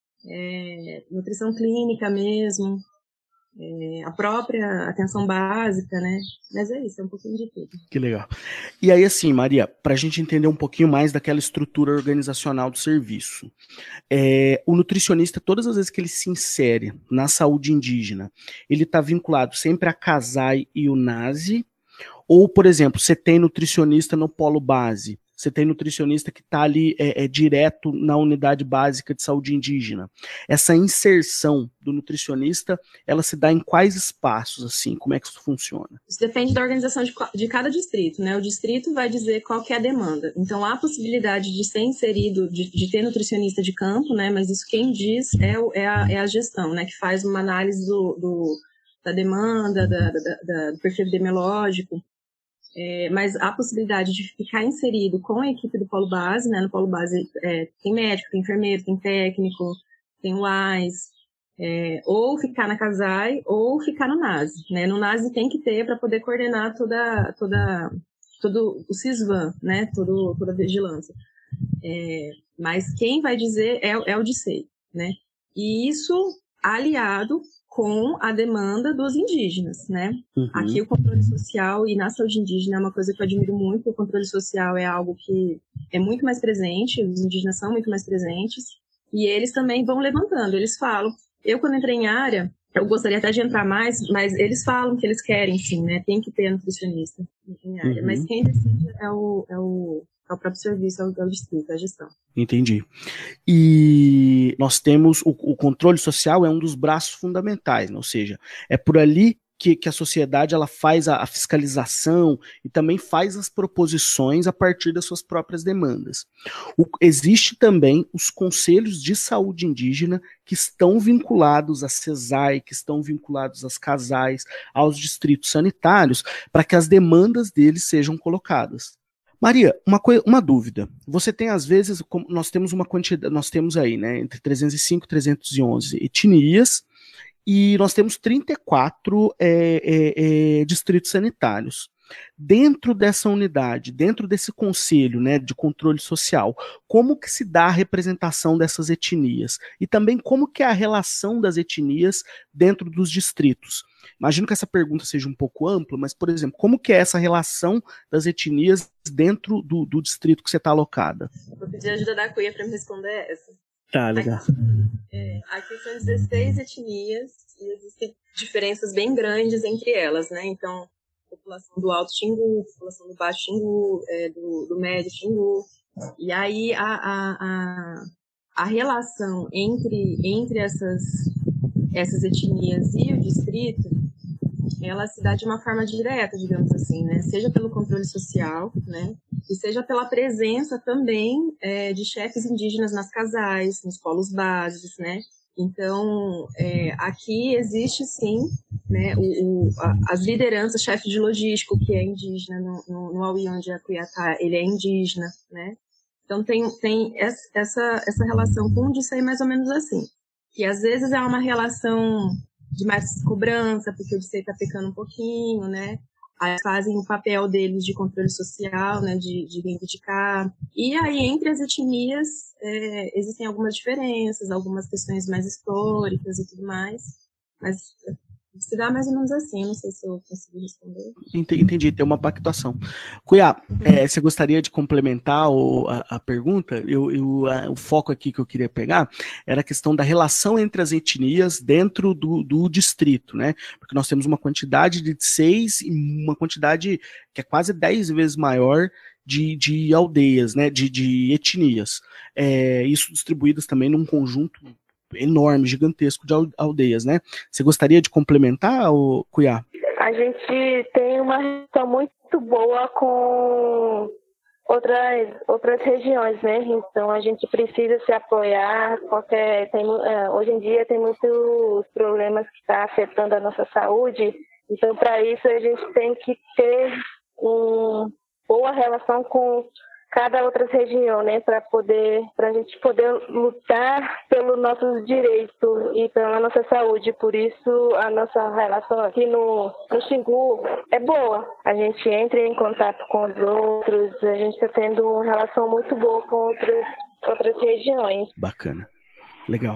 Nutrição clínica mesmo, a própria atenção básica, né? Mas é isso, é um pouquinho de tudo. Que legal. E aí, assim, Maria, para a gente entender um pouquinho mais daquela estrutura organizacional do serviço, o nutricionista, todas as vezes que ele se insere na saúde indígena, ele está vinculado sempre a Casai e o NASE, ou, por exemplo, você tem nutricionista no polo base, você tem nutricionista que está ali direto na unidade básica de saúde indígena. Essa inserção do nutricionista, ela se dá em quais espaços, assim? Como é que isso funciona? Isso depende da organização de cada distrito, né? O distrito vai dizer qual que é a demanda. Então, há a possibilidade de ser inserido, de ter nutricionista de campo, né? Mas isso quem diz é a gestão, né? Que faz uma análise da demanda, do perfil epidemiológico. Mas há a possibilidade de ficar inserido com a equipe do Polo Base, né? No Polo Base tem médico, tem enfermeiro, tem técnico, tem UAS, ou ficar na CASAI ou ficar no NASE, né? No NASE tem que ter para poder coordenar todo o CISVAN, né? Toda a vigilância. Mas quem vai dizer é o DICEI, né? E isso aliado com a demanda dos indígenas, né? Uhum. Aqui o controle social e na saúde indígena é uma coisa que eu admiro muito. O controle social é algo que é muito mais presente, os indígenas são muito mais presentes, e eles também vão levantando, eles falam. Eu, quando entrei em área, eu gostaria até de entrar mais, mas eles falam que eles querem, sim, né? Tem que ter nutricionista em área, mas quem decide é o próprio serviço, é o distrito, é a gestão. Entendi. E nós temos o controle social é um dos braços fundamentais, né? Ou seja, é por ali que a sociedade ela faz a fiscalização e também faz as proposições a partir das suas próprias demandas. Existe também os conselhos de saúde indígena que estão vinculados à CESAI, que estão vinculados às CASAIs, aos distritos sanitários, para que as demandas deles sejam colocadas. Maria, uma dúvida. Você tem, às vezes, nós temos uma quantidade, nós temos aí, né, entre 305 e 311 etnias, e nós temos 34 distritos sanitários. Dentro dessa unidade, dentro desse conselho, né, de controle social, como que se dá a representação dessas etnias? E também como que é a relação das etnias dentro dos distritos? Imagino que essa pergunta seja um pouco ampla, mas, por exemplo, como que é essa relação das etnias dentro do distrito que você está alocada? Vou pedir a ajuda da Cuia para me responder essa. Tá, legal. Aqui são 16 etnias e existem diferenças bem grandes entre elas, né? Então, população do Alto Xingu, população do Baixo Xingu, do Médio Xingu. E aí a relação entre essas etnias e o distrito, ela se dá de uma forma direta, digamos assim, né? Seja pelo controle social, né? E seja pela presença também de chefes indígenas nas CASAIs, nos polos bases, né? Então, aqui existe sim, né, as lideranças, chefe de logístico, que é indígena, no Auí, onde a Cuiá tá, ele é indígena, né? Então, tem essa relação com o DICEI mais ou menos assim. Que às vezes é uma relação de mais cobrança, porque o DICEI está pecando um pouquinho, né? Aí fazem o papel deles de controle social, né, de reivindicar. E aí, entre as etnias, existem algumas diferenças, algumas questões mais históricas e tudo mais. Mas se dá mais ou menos assim, não sei se eu consegui responder. Entendi, tem uma pactuação. Cuiá, você gostaria de complementar a pergunta? O foco aqui que eu queria pegar era a questão da relação entre as etnias dentro do distrito, né? Porque nós temos uma quantidade de 6 e uma quantidade que é quase 10 vezes maior de aldeias, né? De etnias. Isso distribuídas também num conjunto enorme, gigantesco de aldeias, né? Você gostaria de complementar, Cuiá? A gente tem uma relação muito boa com outras regiões, né? Então a gente precisa se apoiar, porque hoje em dia tem muitos problemas que estão afetando a nossa saúde, então para isso a gente tem que ter uma boa relação com cada outra região, né, para a gente poder lutar pelos nossos direitos e pela nossa saúde. Por isso, a nossa relação aqui no Xingu é boa. A gente entra em contato com os outros, a gente está tendo uma relação muito boa com outras regiões. Bacana. Legal.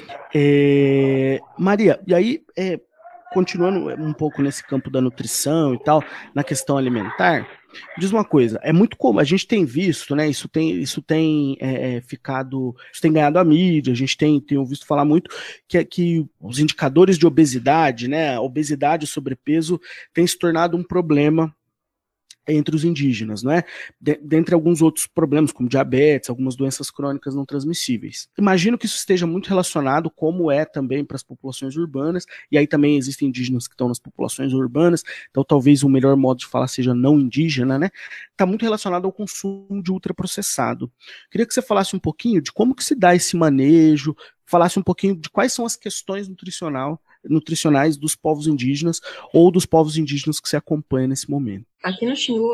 Maria, e aí, continuando um pouco nesse campo da nutrição e tal, na questão alimentar, diz uma coisa, é muito comum, a gente tem visto, né, isso tem ganhado a mídia, a gente tem ouvido falar muito que os indicadores de obesidade, né, obesidade e sobrepeso tem se tornado um problema entre os indígenas, não é? Dentre alguns outros problemas, como diabetes, algumas doenças crônicas não transmissíveis. Imagino que isso esteja muito relacionado, como é também para as populações urbanas, e aí também existem indígenas que estão nas populações urbanas, então talvez o melhor modo de falar seja não indígena, né? Está muito relacionado ao consumo de ultraprocessado. Queria que você falasse um pouquinho de como que se dá esse manejo, falasse um pouquinho de quais são as questões nutricionais dos povos indígenas ou dos povos indígenas que se acompanham nesse momento. Aqui no Xingu,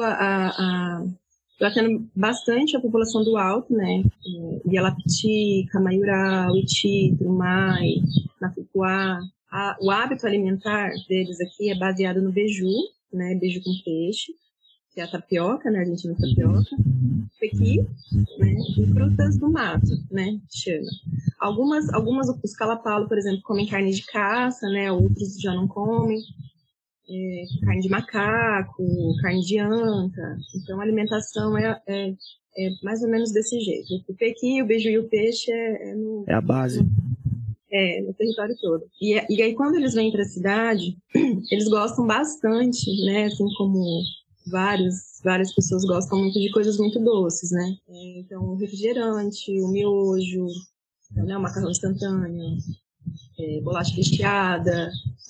está tendo bastante a população do alto, né? Bialapiti, Camaiurá, Uiti, Trumai, Nafupuá. O hábito alimentar deles aqui é baseado no beiju, né? Beiju com peixe, que é a tapioca, né? A gente chama tapioca. Pequi, né? E frutas do mato, né? Chama. Algumas, os calapalo, por exemplo, comem carne de caça, né? Outros já não comem. Carne de macaco, carne de anta. Então, a alimentação é mais ou menos desse jeito. O pequi, o beiju e o peixe é a base. No território todo. E aí, quando eles vêm para a cidade, eles gostam bastante, né? Assim como várias pessoas gostam muito de coisas muito doces, né? Então, o refrigerante, o miojo, né? O macarrão instantâneo, bolacha recheada,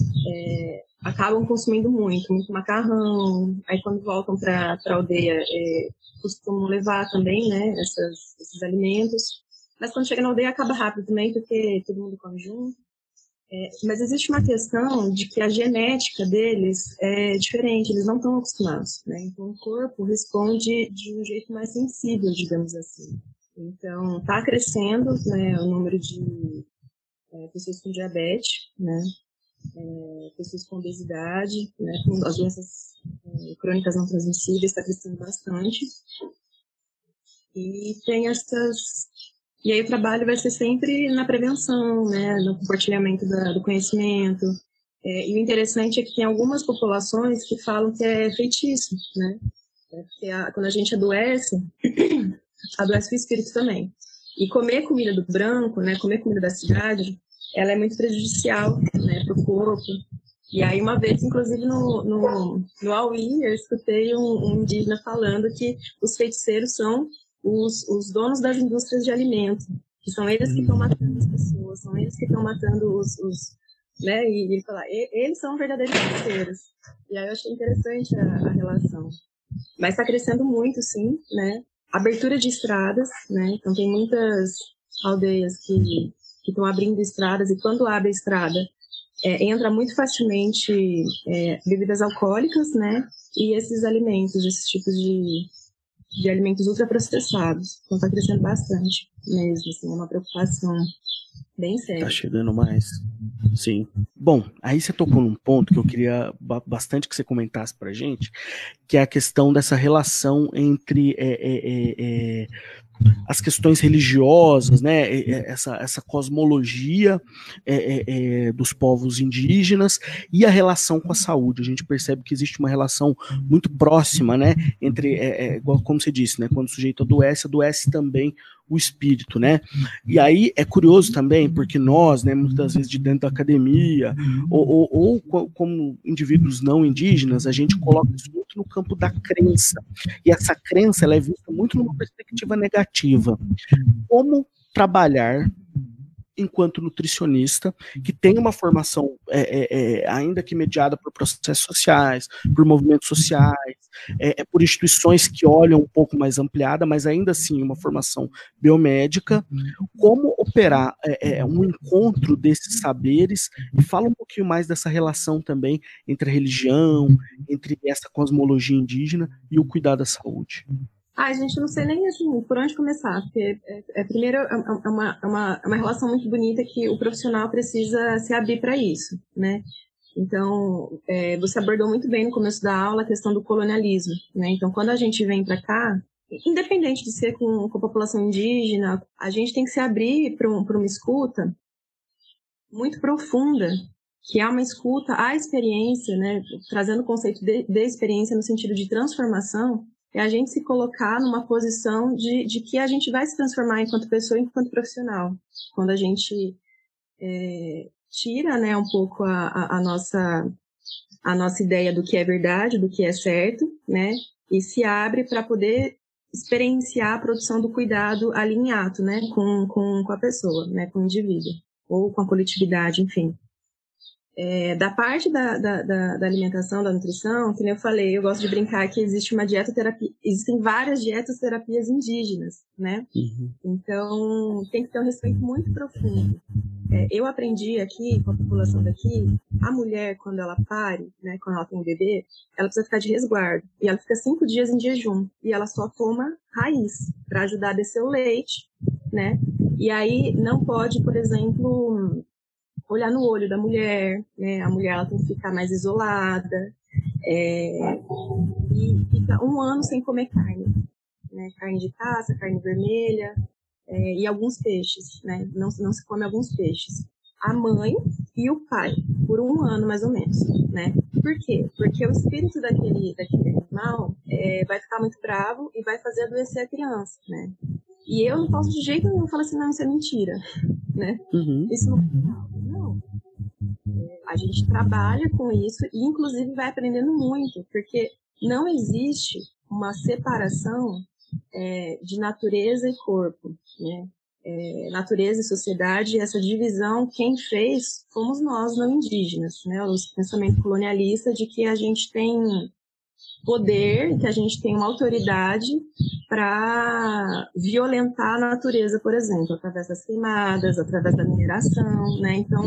acabam consumindo muito macarrão. Aí, quando voltam para a aldeia, costumam levar também, né? Esses alimentos. Mas quando chega na aldeia, acaba rápido também, porque todo mundo come junto. Mas existe uma questão de que a genética deles é diferente, eles não estão acostumados, né? Então, o corpo responde de um jeito mais sensível, digamos assim. Então, está crescendo, né, o número de pessoas com diabetes, né? Pessoas com obesidade, né? Com as doenças crônicas não transmissíveis, está crescendo bastante. E tem E aí o trabalho vai ser sempre na prevenção, né, no compartilhamento do conhecimento. E o interessante é que tem algumas populações que falam que é feitiço, né? Porque quando a gente adoece, adoece o espírito também. E comer comida do branco, né, comer comida da cidade, ela é muito prejudicial, né, para o corpo. E aí uma vez, inclusive no Auí, eu escutei um indígena falando que os feiticeiros são os donos das indústrias de alimento, que são eles que estão matando as pessoas, são eles que estão matando né, e ele fala, eles são verdadeiros feiticeiros. E aí eu achei interessante a relação. Mas está crescendo muito, sim, né, abertura de estradas, né, então tem muitas aldeias que estão abrindo estradas, e quando abre a estrada, entra muito facilmente bebidas alcoólicas, né, e esses alimentos, esses tipos de alimentos ultraprocessados. Então está crescendo bastante mesmo, assim, é uma preocupação bem séria. Tá chegando mais. Sim. Bom, aí você tocou num ponto que eu queria bastante que você comentasse pra gente, que é a questão dessa relação entre as questões religiosas, né, essa cosmologia dos povos indígenas e a relação com a saúde. A gente percebe que existe uma relação muito próxima, né, entre, como você disse, né, quando o sujeito adoece também o espírito, né? E aí é curioso também, porque nós, né, muitas vezes de dentro da academia, ou como indivíduos não indígenas, a gente coloca isso muito no campo da crença. E essa crença, ela é vista muito numa perspectiva negativa. Como trabalhar enquanto nutricionista, que tem uma formação ainda que mediada por processos sociais, por movimentos sociais, por instituições que olham um pouco mais ampliada, mas ainda assim uma formação biomédica, como operar um encontro desses saberes, e fala um pouquinho mais dessa relação também entre a religião, entre essa cosmologia indígena e o cuidado da saúde. Gente, não sei nem assim por onde começar, porque primeiro é uma relação muito bonita que o profissional precisa se abrir para isso, né? Então, você abordou muito bem no começo da aula a questão do colonialismo, né? Então, quando a gente vem para cá, independente de ser com a população indígena, a gente tem que se abrir para uma escuta muito profunda, que é uma escuta à experiência, né? Trazendo o conceito de experiência no sentido de transformação, é a gente se colocar numa posição de que a gente vai se transformar enquanto pessoa, enquanto profissional. Quando a gente tira, né, um pouco a nossa ideia do que é verdade, do que é certo, né, e se abre para poder experienciar a produção do cuidado ali em ato, né, com a pessoa, né, com o indivíduo, ou com a coletividade, enfim. Da parte da alimentação, da nutrição, que nem eu falei, eu gosto de brincar que existe uma dietoterapia, existem várias dietoterapias indígenas, né? Então, tem que ter um respeito muito profundo. Eu aprendi aqui, com a população daqui, a mulher, quando ela pare, né, quando ela tem um bebê, ela precisa ficar de resguardo. E ela fica 5 dias em jejum. E ela só toma raiz, para ajudar a descer o leite, né? E aí, não pode, por exemplo, olhar no olho da mulher, né? A mulher ela tem que ficar mais isolada, e fica 1 ano sem comer carne, né? Carne de caça, carne vermelha, e alguns peixes, né? Não se come alguns peixes. A mãe e o pai, por 1 ano mais ou menos, né? Por quê? Porque o espírito daquele animal vai ficar muito bravo e vai fazer adoecer a criança, né? E eu não posso de jeito nenhum falar assim, não, isso é mentira, né? Isso não é real. Não. A gente trabalha com isso e, inclusive, vai aprendendo muito, porque não existe uma separação de natureza e corpo, né? Natureza e sociedade, essa divisão, quem fez fomos nós, não indígenas, né? O pensamento colonialista de que a gente tem poder, que a gente tem uma autoridade para violentar a natureza, por exemplo, através das queimadas, através da mineração, né? Então,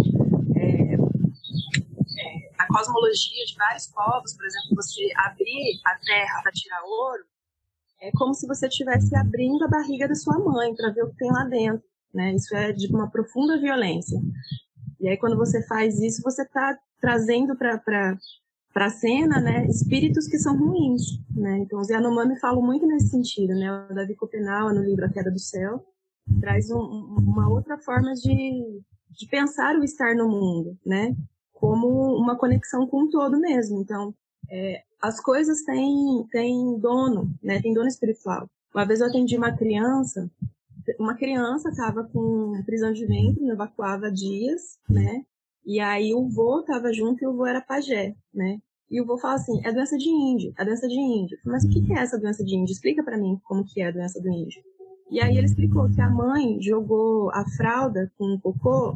a cosmologia de vários povos, por exemplo, você abrir a terra para tirar ouro, é como se você estivesse abrindo a barriga da sua mãe para ver o que tem lá dentro, né? Isso é de uma profunda violência. E aí, quando você faz isso, você está trazendo para a cena, né, espíritos que são ruins, né? Então, os Yanomami falam muito nesse sentido, né? O Davi Copenaua, no livro A Queda do Céu, traz uma outra forma de pensar o estar no mundo, né? Como uma conexão com o todo mesmo. Então, as coisas têm dono, né? Tem dono espiritual. Uma vez eu atendi uma criança estava com prisão de ventre, evacuava dias, né? E aí o vô estava junto e o vô era pajé, né? E o vô fala assim, é doença de índio, é doença de índio. Mas o que é essa doença de índio? Explica para mim como que é a doença do índio. E aí ele explicou que a mãe jogou a fralda com o cocô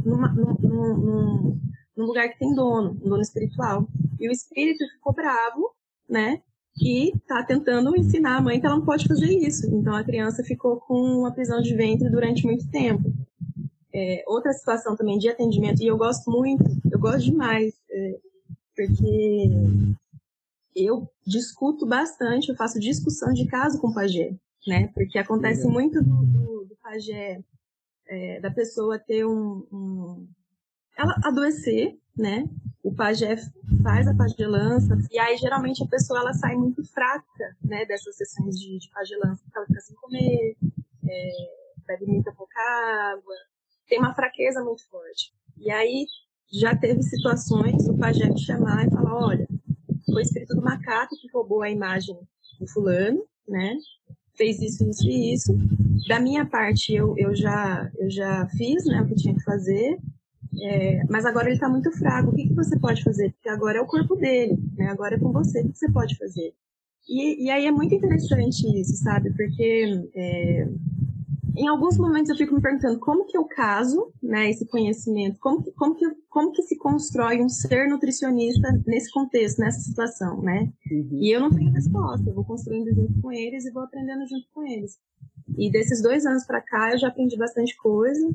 num lugar que tem dono, um dono espiritual. E o espírito ficou bravo, né? E tá tentando ensinar a mãe que ela não pode fazer isso. Então a criança ficou com uma prisão de ventre durante muito tempo. Outra situação também de atendimento, e eu gosto demais, porque eu discuto bastante, eu faço discussão de caso com o pajé, né? Porque acontece muito do pajé, da pessoa ter ela adoecer, né? O pajé faz a pagelança, e aí geralmente a pessoa ela sai muito fraca, né? Dessas sessões de pagelança, porque ela fica sem comer, bebe muita pouca água, tem uma fraqueza muito forte. E aí já teve situações do pajé me chamar e falar, olha, foi o espírito do macaco que roubou a imagem do fulano, né? Fez isso, isso e isso. Da minha parte, eu já fiz, né, o que tinha que fazer, mas agora ele está muito fraco. O que você pode fazer? Porque agora é o corpo dele, né? Agora é com você. O que você pode fazer? E aí é muito interessante isso, sabe? Porque em alguns momentos eu fico me perguntando como que eu caso, né, esse conhecimento, como que se constrói um ser nutricionista nesse contexto, nessa situação, né? E eu não tenho resposta, eu vou construindo junto com eles e vou aprendendo junto com eles. E desses 2 anos para cá eu já aprendi bastante coisa.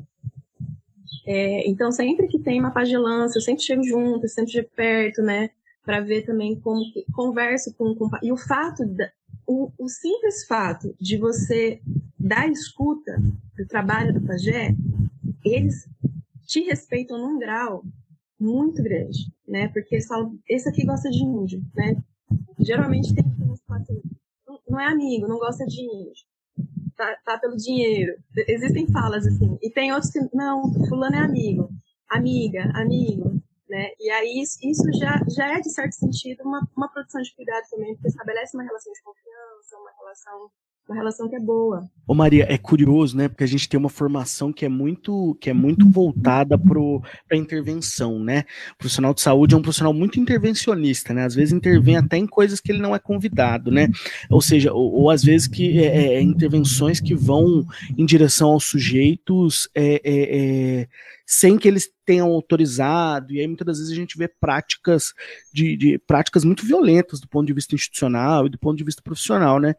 Então sempre que tem uma pagelança, eu sempre chego junto, eu sempre chego perto, né, para ver também como que converso com e o fato o simples fato de você dar escuta do trabalho do pajé, eles te respeitam num grau muito grande, né? Porque eles falam, esse aqui gosta de índio, né? Geralmente tem uns que não é amigo, não gosta de índio, tá pelo dinheiro. Existem falas assim. E tem outros que, não, fulano é amigo, amiga, amigo, né? E aí isso já é, de certo sentido, uma produção de cuidado também, porque estabelece uma relação de confiança, uma relação uma relação que é boa. Ô Maria, é curioso, né? Porque a gente tem uma formação que é muito voltada para a intervenção, né? O profissional de saúde é um profissional muito intervencionista, né? Às vezes intervém até em coisas que ele não é convidado, né? Ou seja, ou às vezes que intervenções que vão em direção aos sujeitos sem que eles tenham autorizado, e aí muitas das vezes a gente vê práticas práticas muito violentas do ponto de vista institucional e do ponto de vista profissional, né?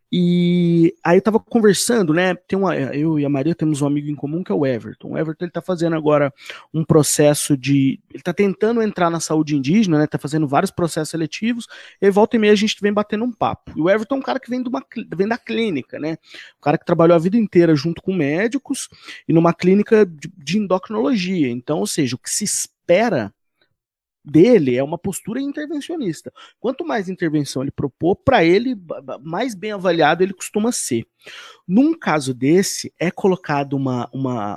E aí eu tava conversando, né? Eu e a Maria temos um amigo em comum que é o Everton. O Everton, ele tá fazendo agora um processo ele tá tentando entrar na saúde indígena, né? Tá fazendo vários processos seletivos, e volta e meia a gente vem batendo um papo. E o Everton é um cara que vem da clínica, né? Um cara que trabalhou a vida inteira junto com médicos e numa clínica de endocrinologia. Então, ou seja, o que se espera dele é uma postura intervencionista. Quanto mais intervenção ele propor, para ele, mais bem avaliado ele costuma ser. Num caso desse, é colocado uma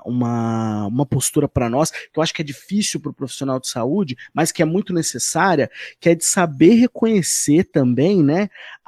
postura para nós, que eu acho que é difícil para o profissional de saúde, mas que é muito necessária, que é de saber reconhecer também, né,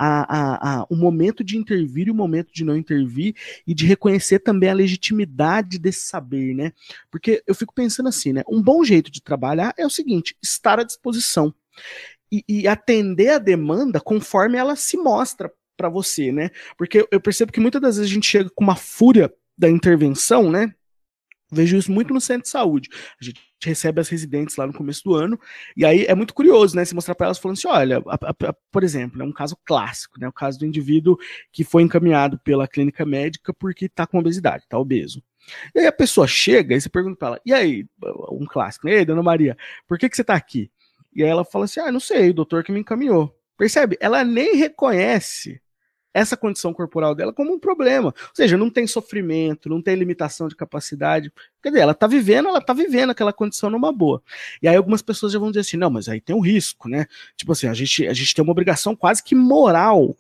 o momento de intervir e o momento de não intervir, e de reconhecer também a legitimidade desse saber, né? Porque eu fico pensando assim, né? Um bom jeito de trabalhar é o seguinte: estar à disposição e atender a demanda conforme ela se mostra para você, né? Porque eu percebo que muitas das vezes a gente chega com uma fúria da intervenção, né? Vejo isso muito no centro de saúde. A gente recebe as residentes lá no começo do ano, e aí é muito curioso, né? Se mostrar para elas falando assim: olha, por exemplo, é um caso clássico, né? O caso do indivíduo que foi encaminhado pela clínica médica porque está com obesidade, está obeso. E aí a pessoa chega e você pergunta para ela: e aí, um clássico, e aí, dona Maria, por que você está aqui? E aí ela fala assim: não sei, o doutor que me encaminhou. Percebe? Ela nem reconhece essa condição corporal dela como um problema. Ou seja, não tem sofrimento, não tem limitação de capacidade. Quer dizer, ela tá vivendo aquela condição numa boa. E aí algumas pessoas já vão dizer assim: não, mas aí tem um risco, né? Tipo assim, a gente tem uma obrigação quase que moral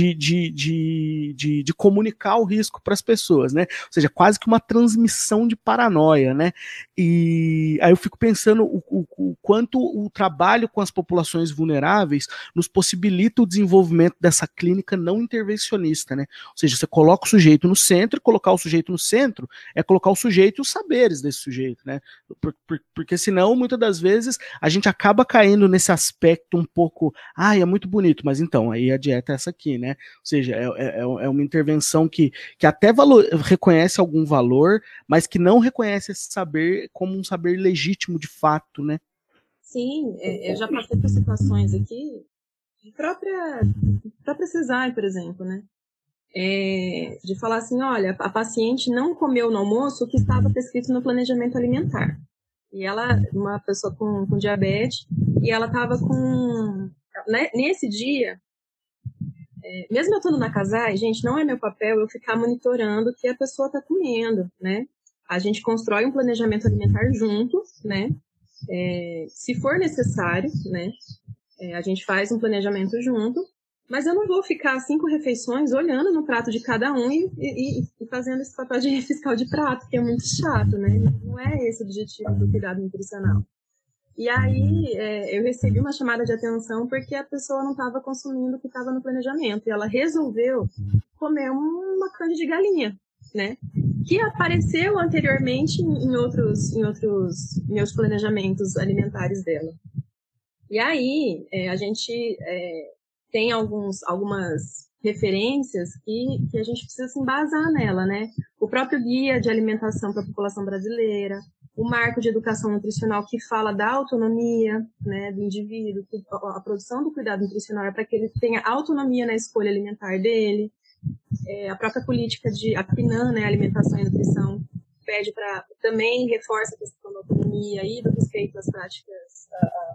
de comunicar o risco para as pessoas, né? Ou seja, quase que uma transmissão de paranoia, né? E aí eu fico pensando o quanto o trabalho com as populações vulneráveis nos possibilita o desenvolvimento dessa clínica não intervencionista, né? Ou seja, você coloca o sujeito no centro, e colocar o sujeito no centro é colocar o sujeito e os saberes desse sujeito, né? Porque senão, muitas das vezes, a gente acaba caindo nesse aspecto um pouco, é muito bonito, mas então, aí a dieta é essa aqui, né? Ou seja, é uma intervenção que até reconhece algum valor, mas que não reconhece esse saber como um saber legítimo de fato, né? Sim, eu já passei por situações aqui, de própria CESAI, por exemplo, né? De falar assim: olha, a paciente não comeu no almoço o que estava prescrito no planejamento alimentar. E ela, uma pessoa com diabetes, e ela estava com... Nesse dia, mesmo eu estando na CASAI, gente, não é meu papel eu ficar monitorando o que a pessoa está comendo, né? A gente constrói um planejamento alimentar junto, né? Se for necessário, né? A gente faz um planejamento junto, mas eu não vou ficar 5 refeições olhando no prato de cada um e fazendo esse papel de fiscal de prato, que é muito chato, né? Não é esse o objetivo do cuidado nutricional. E aí eu recebi uma chamada de atenção porque a pessoa não estava consumindo o que estava no planejamento, e ela resolveu comer uma carne de galinha, né? Que apareceu anteriormente em outros planejamentos alimentares dela. E aí a gente tem algumas referências que a gente precisa se embasar nela, né? O próprio guia de alimentação para a população brasileira, o marco de educação nutricional que fala da autonomia, né, do indivíduo, a produção do cuidado nutricional é para que ele tenha autonomia na escolha alimentar dele, a própria política a PNAN, né, alimentação e nutrição, pede para, também reforça a questão da autonomia e do respeito às práticas,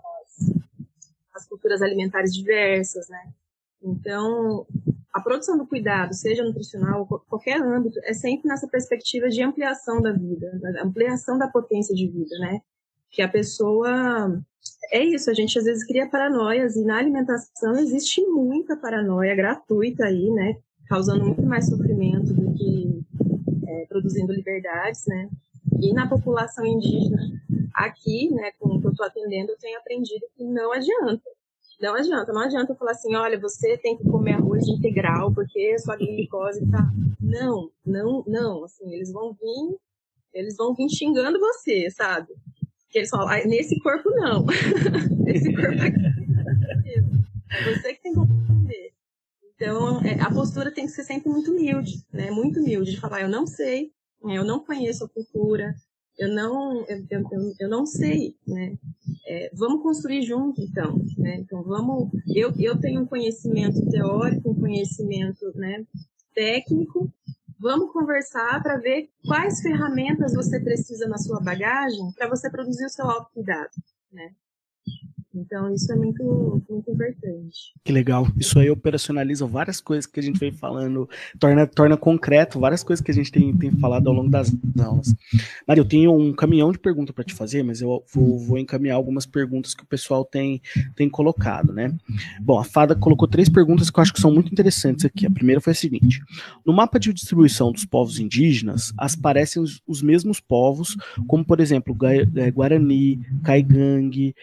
às culturas alimentares diversas, né? Então, a produção do cuidado, seja nutricional ou qualquer âmbito, é sempre nessa perspectiva de ampliação da vida, ampliação da potência de vida, né? Que a pessoa... É isso, a gente às vezes cria paranoias, e na alimentação existe muita paranoia gratuita aí, né? Causando muito mais sofrimento do que produzindo liberdades, né? E na população indígena, aqui, né, com o que eu estou atendendo, eu tenho aprendido que não adianta. Não adianta eu falar assim, olha, você tem que comer arroz integral porque sua glicose tá... Não, assim, eles vão vir xingando você, sabe? Porque eles falam, nesse corpo não. Nesse corpo aqui, é você que tem que aprender. Então, a postura tem que ser sempre muito humilde, né? Muito humilde, de falar, eu não sei, eu não conheço a cultura, eu não sei, né? Vamos construir junto, então, né? Então, eu tenho um conhecimento teórico, um conhecimento, né, técnico, vamos conversar para ver quais ferramentas você precisa na sua bagagem para você produzir o seu autocuidado, né? Então, isso é muito, muito importante. Que legal. Isso aí operacionaliza várias coisas que a gente vem falando, torna concreto várias coisas que a gente tem falado ao longo das aulas. Mário, eu tenho um caminhão de perguntas para te fazer, mas eu vou encaminhar algumas perguntas que o pessoal tem colocado, né? Bom, a Fada colocou 3 perguntas que eu acho que são muito interessantes aqui. A primeira foi a seguinte: no mapa de distribuição dos povos indígenas, aparecem os mesmos povos, como, por exemplo, Guarani, Caigangue,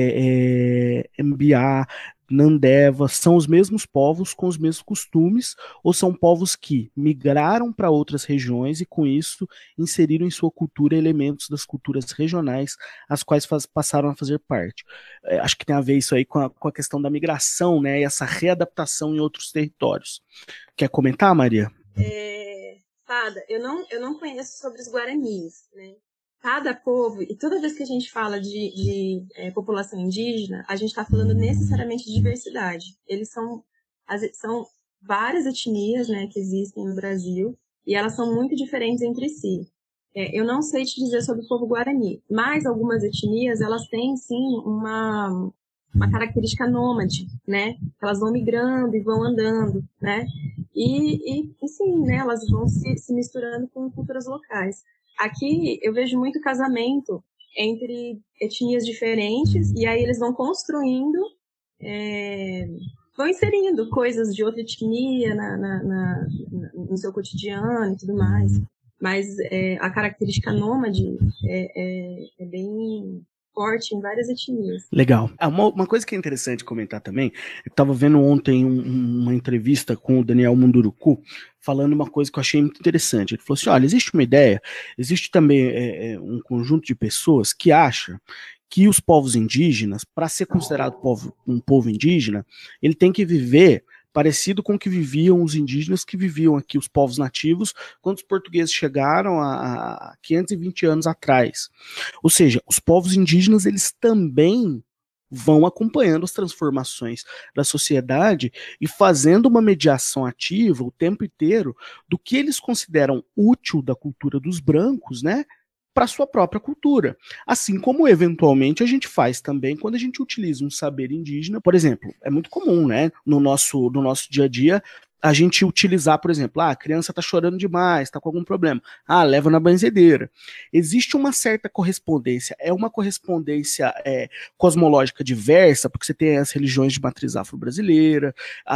Mbiá, Nandeva, são os mesmos povos com os mesmos costumes, ou são povos que migraram para outras regiões e com isso inseriram em sua cultura elementos das culturas regionais, as quais passaram a fazer parte? Acho que tem a ver isso aí com a questão da migração, né, e essa readaptação em outros territórios. Quer comentar, Maria? Fada, eu não conheço sobre os guaranis, né? Cada povo, e toda vez que a gente fala de população indígena, a gente está falando necessariamente de diversidade. Eles são várias etnias, né, que existem no Brasil, e elas são muito diferentes entre si. Eu não sei te dizer sobre o povo guarani, mas algumas etnias, elas têm, sim, uma característica nômade, né? Elas vão migrando e vão andando, né? E sim, né, elas vão se misturando com culturas locais. Aqui eu vejo muito casamento entre etnias diferentes, e aí eles vão construindo, vão inserindo coisas de outra etnia no seu cotidiano e tudo mais. Mas a característica nômade é bem forte em várias etnias. Legal. Uma coisa que é interessante comentar também, eu estava vendo ontem uma entrevista com o Daniel Munduruku, falando uma coisa que eu achei muito interessante. Ele falou assim, olha, existe uma ideia, existe também um conjunto de pessoas que acham que os povos indígenas, para ser considerado um povo indígena, ele tem que viver parecido com o que viviam os indígenas que viviam aqui, os povos nativos, quando os portugueses chegaram há 520 anos atrás. Ou seja, os povos indígenas, eles também vão acompanhando as transformações da sociedade e fazendo uma mediação ativa o tempo inteiro do que eles consideram útil da cultura dos brancos, né, para sua própria cultura. Assim como, eventualmente, a gente faz também quando a gente utiliza um saber indígena. Por exemplo, é muito comum, né, no nosso dia a dia, a gente utilizar, por exemplo, a criança está chorando demais, está com algum problema. Leva na benzedeira. Existe uma certa correspondência, é uma correspondência cosmológica diversa, porque você tem as religiões de matriz afro-brasileira,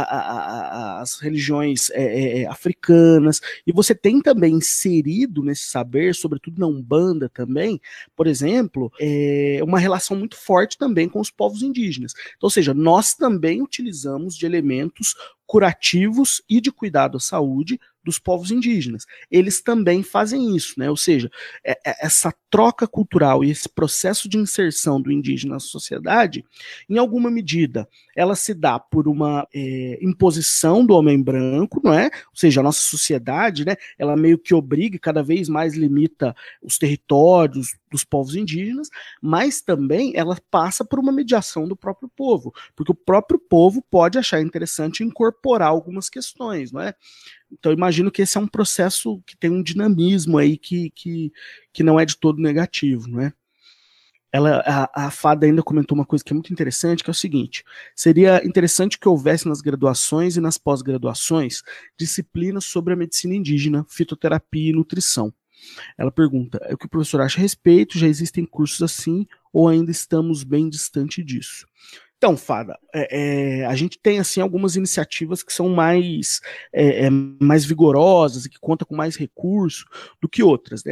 as religiões africanas, e você tem também inserido nesse saber, sobretudo na Umbanda também, por exemplo, uma relação muito forte também com os povos indígenas. Então, ou seja, nós também utilizamos de elementos curativos e de cuidado à saúde dos povos indígenas. Eles também fazem isso, né? Ou seja, essa troca cultural e esse processo de inserção do indígena na sociedade, em alguma medida, ela se dá por uma imposição do homem branco, não é? Ou seja, a nossa sociedade, né, ela meio que obriga, cada vez mais limita os territórios dos povos indígenas, mas também ela passa por uma mediação do próprio povo, porque o próprio povo pode achar interessante incorporar algumas questões, não é? Então, imagino que esse é um processo que tem um dinamismo aí que não é de todo negativo, não é? A Fada ainda comentou uma coisa que é muito interessante, que é o seguinte: seria interessante que houvesse nas graduações e nas pós-graduações disciplinas sobre a medicina indígena, fitoterapia e nutrição. Ela pergunta, o que o professor acha a respeito? Já existem cursos assim ou ainda estamos bem distante disso? Então, Fada, a gente tem assim algumas iniciativas que são mais vigorosas e que contam com mais recursos do que outras, né?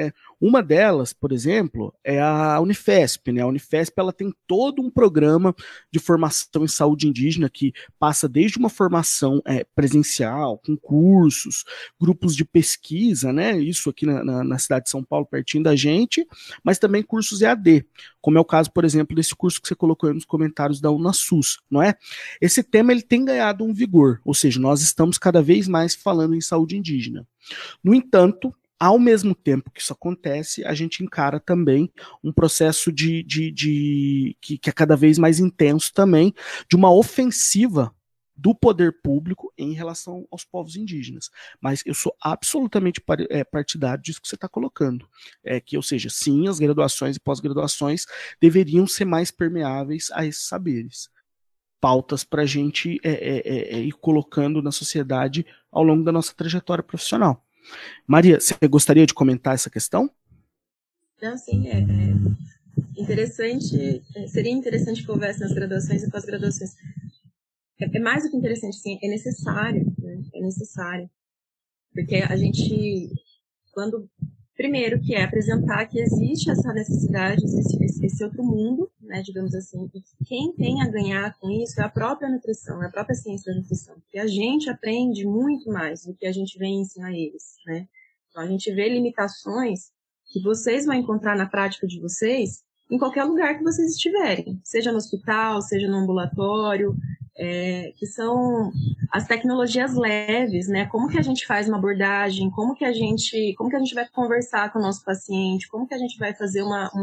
Uma delas, por exemplo, é a Unifesp, né? A Unifesp, ela tem todo um programa de formação em saúde indígena que passa desde uma formação presencial, com cursos, grupos de pesquisa, né? Isso aqui na cidade de São Paulo, pertinho da gente, mas também cursos EAD, como é o caso, por exemplo, desse curso que você colocou aí nos comentários da UNASUS, não é? Esse tema, ele tem ganhado um vigor, ou seja, nós estamos cada vez mais falando em saúde indígena. No entanto, ao mesmo tempo que isso acontece, a gente encara também um processo que é cada vez mais intenso também, de uma ofensiva do poder público em relação aos povos indígenas. Mas eu sou absolutamente partidário disso que você está colocando. Ou seja, sim, as graduações e pós-graduações deveriam ser mais permeáveis a esses saberes. Pautas para a gente ir colocando na sociedade ao longo da nossa trajetória profissional. Maria, você gostaria de comentar essa questão? Não, sim, interessante, seria interessante que houvesse nas graduações e pós-graduações. É mais do que interessante, sim, é necessário, né? É necessário. Porque a gente, primeiro, que é apresentar que existe essa necessidade, existe esse outro mundo, né, digamos assim, e quem tem a ganhar com isso é a própria nutrição, é a própria ciência da nutrição, que a gente aprende muito mais do que a gente vem ensinar a eles, né? Então, a gente vê limitações que vocês vão encontrar na prática de vocês em qualquer lugar que vocês estiverem, seja no hospital, seja no ambulatório, que são as tecnologias leves, né? Como que a gente faz uma abordagem, como que a gente vai conversar com o nosso paciente, como que a gente vai fazer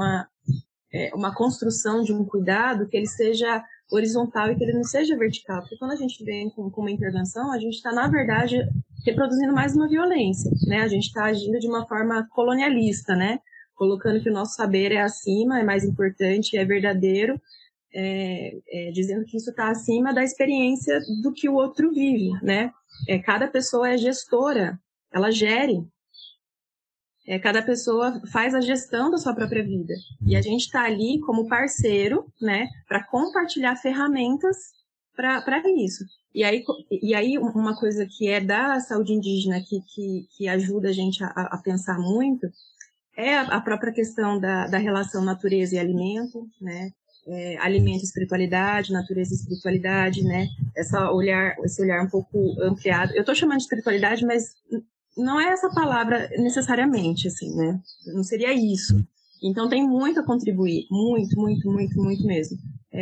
uma construção de um cuidado que ele seja horizontal e que ele não seja vertical, porque quando a gente vem com uma intervenção, a gente está, na verdade, reproduzindo mais uma violência, né? A gente está agindo de uma forma colonialista, né? Colocando que o nosso saber é acima, é mais importante, é verdadeiro, dizendo que isso está acima da experiência do que o outro vive, né? Cada pessoa é gestora, ela gere. Cada pessoa faz a gestão da sua própria vida. E a gente está ali como parceiro, né, para compartilhar ferramentas para isso. E aí uma coisa que é da saúde indígena que ajuda a gente a pensar muito é a própria questão da relação natureza e alimento, né? Alimento e espiritualidade, natureza e espiritualidade, né? Esse olhar um pouco ampliado. Eu estou chamando de espiritualidade, mas não é essa palavra necessariamente, assim, né? Não seria isso. Então tem muito a contribuir, muito, muito, muito, muito mesmo.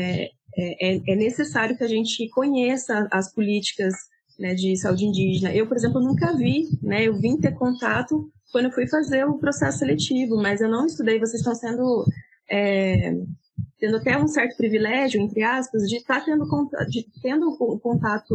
É necessário que a gente conheça as políticas, né, de saúde indígena. Eu, por exemplo, nunca vi, né? Eu vim ter contato quando eu fui fazer o processo seletivo, mas eu não estudei. Vocês estão tendo até um certo privilégio, entre aspas, de estar tendo contato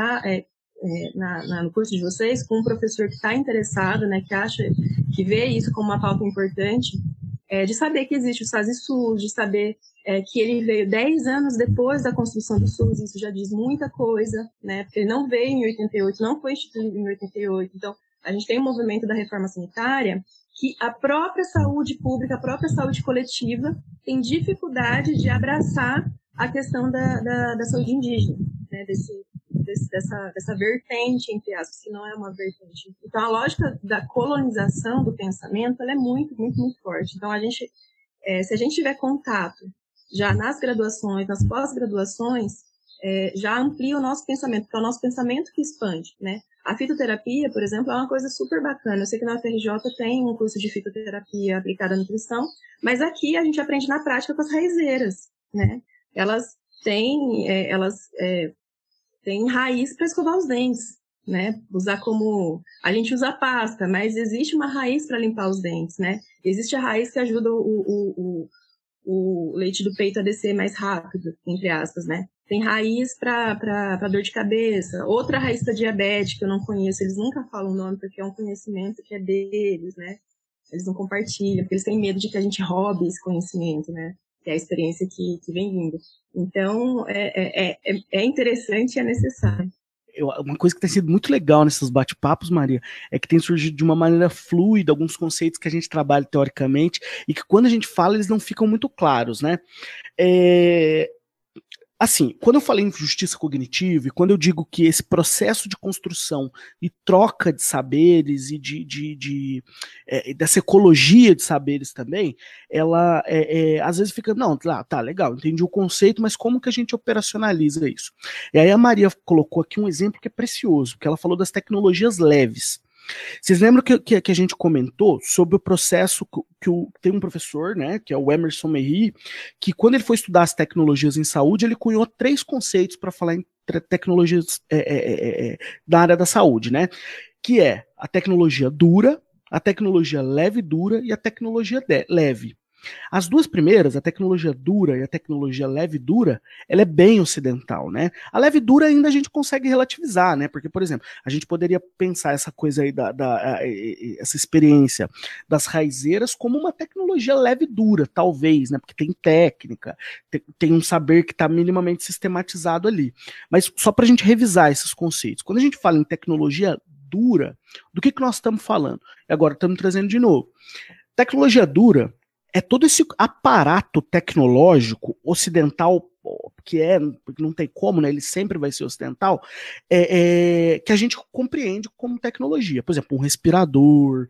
no curso de vocês com um professor que está interessado, né, que vê isso como uma pauta importante, de saber que existe o SASI-SUS, de saber que ele veio 10 anos depois da construção do SUS, isso já diz muita coisa, né, porque ele não veio em 88, não foi instituído em 88, então a gente tem um movimento da reforma sanitária que a própria saúde pública, a própria saúde coletiva tem dificuldade de abraçar a questão da saúde indígena, né, dessa vertente, entre aspas, que não é uma vertente. Então, a lógica da colonização do pensamento, ela é muito, muito, muito forte. Então, se a gente tiver contato já nas graduações, nas pós-graduações, já amplia o nosso pensamento, porque é o nosso pensamento que expande, né? A fitoterapia, por exemplo, é uma coisa super bacana. Eu sei que na UFRJ tem um curso de fitoterapia aplicada à nutrição, mas aqui a gente aprende na prática com as raizeiras, né? Elas têm raiz para escovar os dentes, né? A gente usa pasta, mas existe uma raiz para limpar os dentes, né? Existe a raiz que ajuda o leite do peito a descer mais rápido, entre aspas, né? Tem raiz para dor de cabeça, outra raiz para diabetes, que eu não conheço, eles nunca falam o nome, porque é um conhecimento que é deles, né? Eles não compartilham, porque eles têm medo de que a gente roube esse conhecimento, né? Que é a experiência que vem vindo. Então, é interessante e é necessário. Uma coisa que tem sido muito legal nesses bate-papos, Maria, é que tem surgido de uma maneira fluida alguns conceitos que a gente trabalha teoricamente e que quando a gente fala eles não ficam muito claros, né? assim, quando eu falei em justiça cognitiva e quando eu digo que esse processo de construção e troca de saberes e dessa ecologia de saberes também, ela às vezes fica, não, tá legal, entendi o conceito, mas como que a gente operacionaliza isso? E aí a Maria colocou aqui um exemplo que é precioso, que ela falou das tecnologias leves. Vocês lembram que a gente comentou sobre o processo tem um professor, né, que é o Emerson Merri, que quando ele foi estudar as tecnologias em saúde, ele cunhou 3 conceitos para falar em tecnologias da área da saúde, né, que é a tecnologia dura, a tecnologia leve dura e a tecnologia leve. As 2 primeiras, a tecnologia dura e a tecnologia leve dura, ela é bem ocidental, né? A leve dura ainda a gente consegue relativizar, né? Porque, por exemplo, a gente poderia pensar essa coisa aí essa experiência das raizeiras como uma tecnologia leve dura, talvez, né? Porque tem técnica, tem um saber que está minimamente sistematizado ali. Mas só para a gente revisar esses conceitos. Quando a gente fala em tecnologia dura, do que nós estamos falando? E agora estamos trazendo de novo. Tecnologia dura é todo esse aparato tecnológico ocidental, porque não tem como, né? Ele sempre vai ser ocidental, que a gente compreende como tecnologia. Por exemplo, um respirador,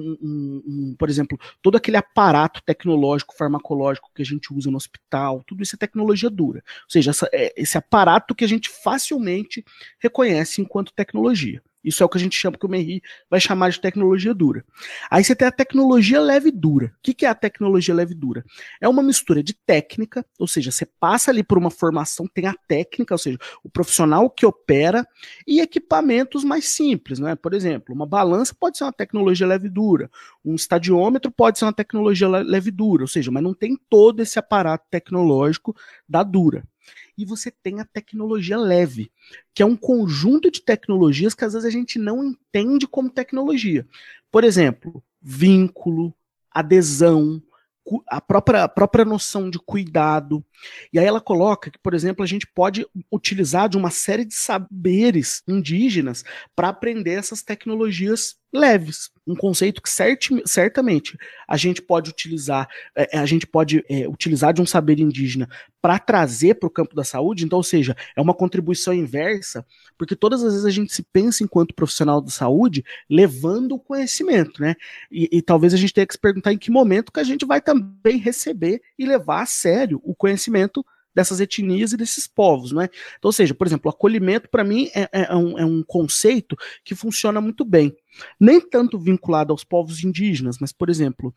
por exemplo, todo aquele aparato tecnológico, farmacológico que a gente usa no hospital, tudo isso é tecnologia dura. Ou seja, esse aparato que a gente facilmente reconhece enquanto tecnologia. Isso é o que a gente chama, que o Merri vai chamar de tecnologia dura. Aí você tem a tecnologia leve dura. O que é a tecnologia leve dura? É uma mistura de técnica, ou seja, você passa ali por uma formação, tem a técnica, ou seja, o profissional que opera, e equipamentos mais simples, né? Por exemplo, uma balança pode ser uma tecnologia leve dura, um estadiômetro pode ser uma tecnologia leve dura, ou seja, mas não tem todo esse aparato tecnológico da dura. E você tem a tecnologia leve, que é um conjunto de tecnologias que às vezes a gente não entende como tecnologia. Por exemplo, vínculo, adesão, a própria noção de cuidado. E aí ela coloca que, por exemplo, a gente pode utilizar de uma série de saberes indígenas para aprender essas tecnologias leves. Um conceito que certamente a gente pode utilizar, utilizar de um saber indígena para trazer para o campo da saúde. Então, ou seja, é uma contribuição inversa, porque todas as vezes a gente se pensa enquanto profissional da saúde levando o conhecimento, né? E talvez a gente tenha que se perguntar em que momento que a gente vai também receber e levar a sério o conhecimento dessas etnias e desses povos, né? Então, ou seja, por exemplo, o acolhimento para mim é um conceito que funciona muito bem. Nem tanto vinculado aos povos indígenas, mas, por exemplo,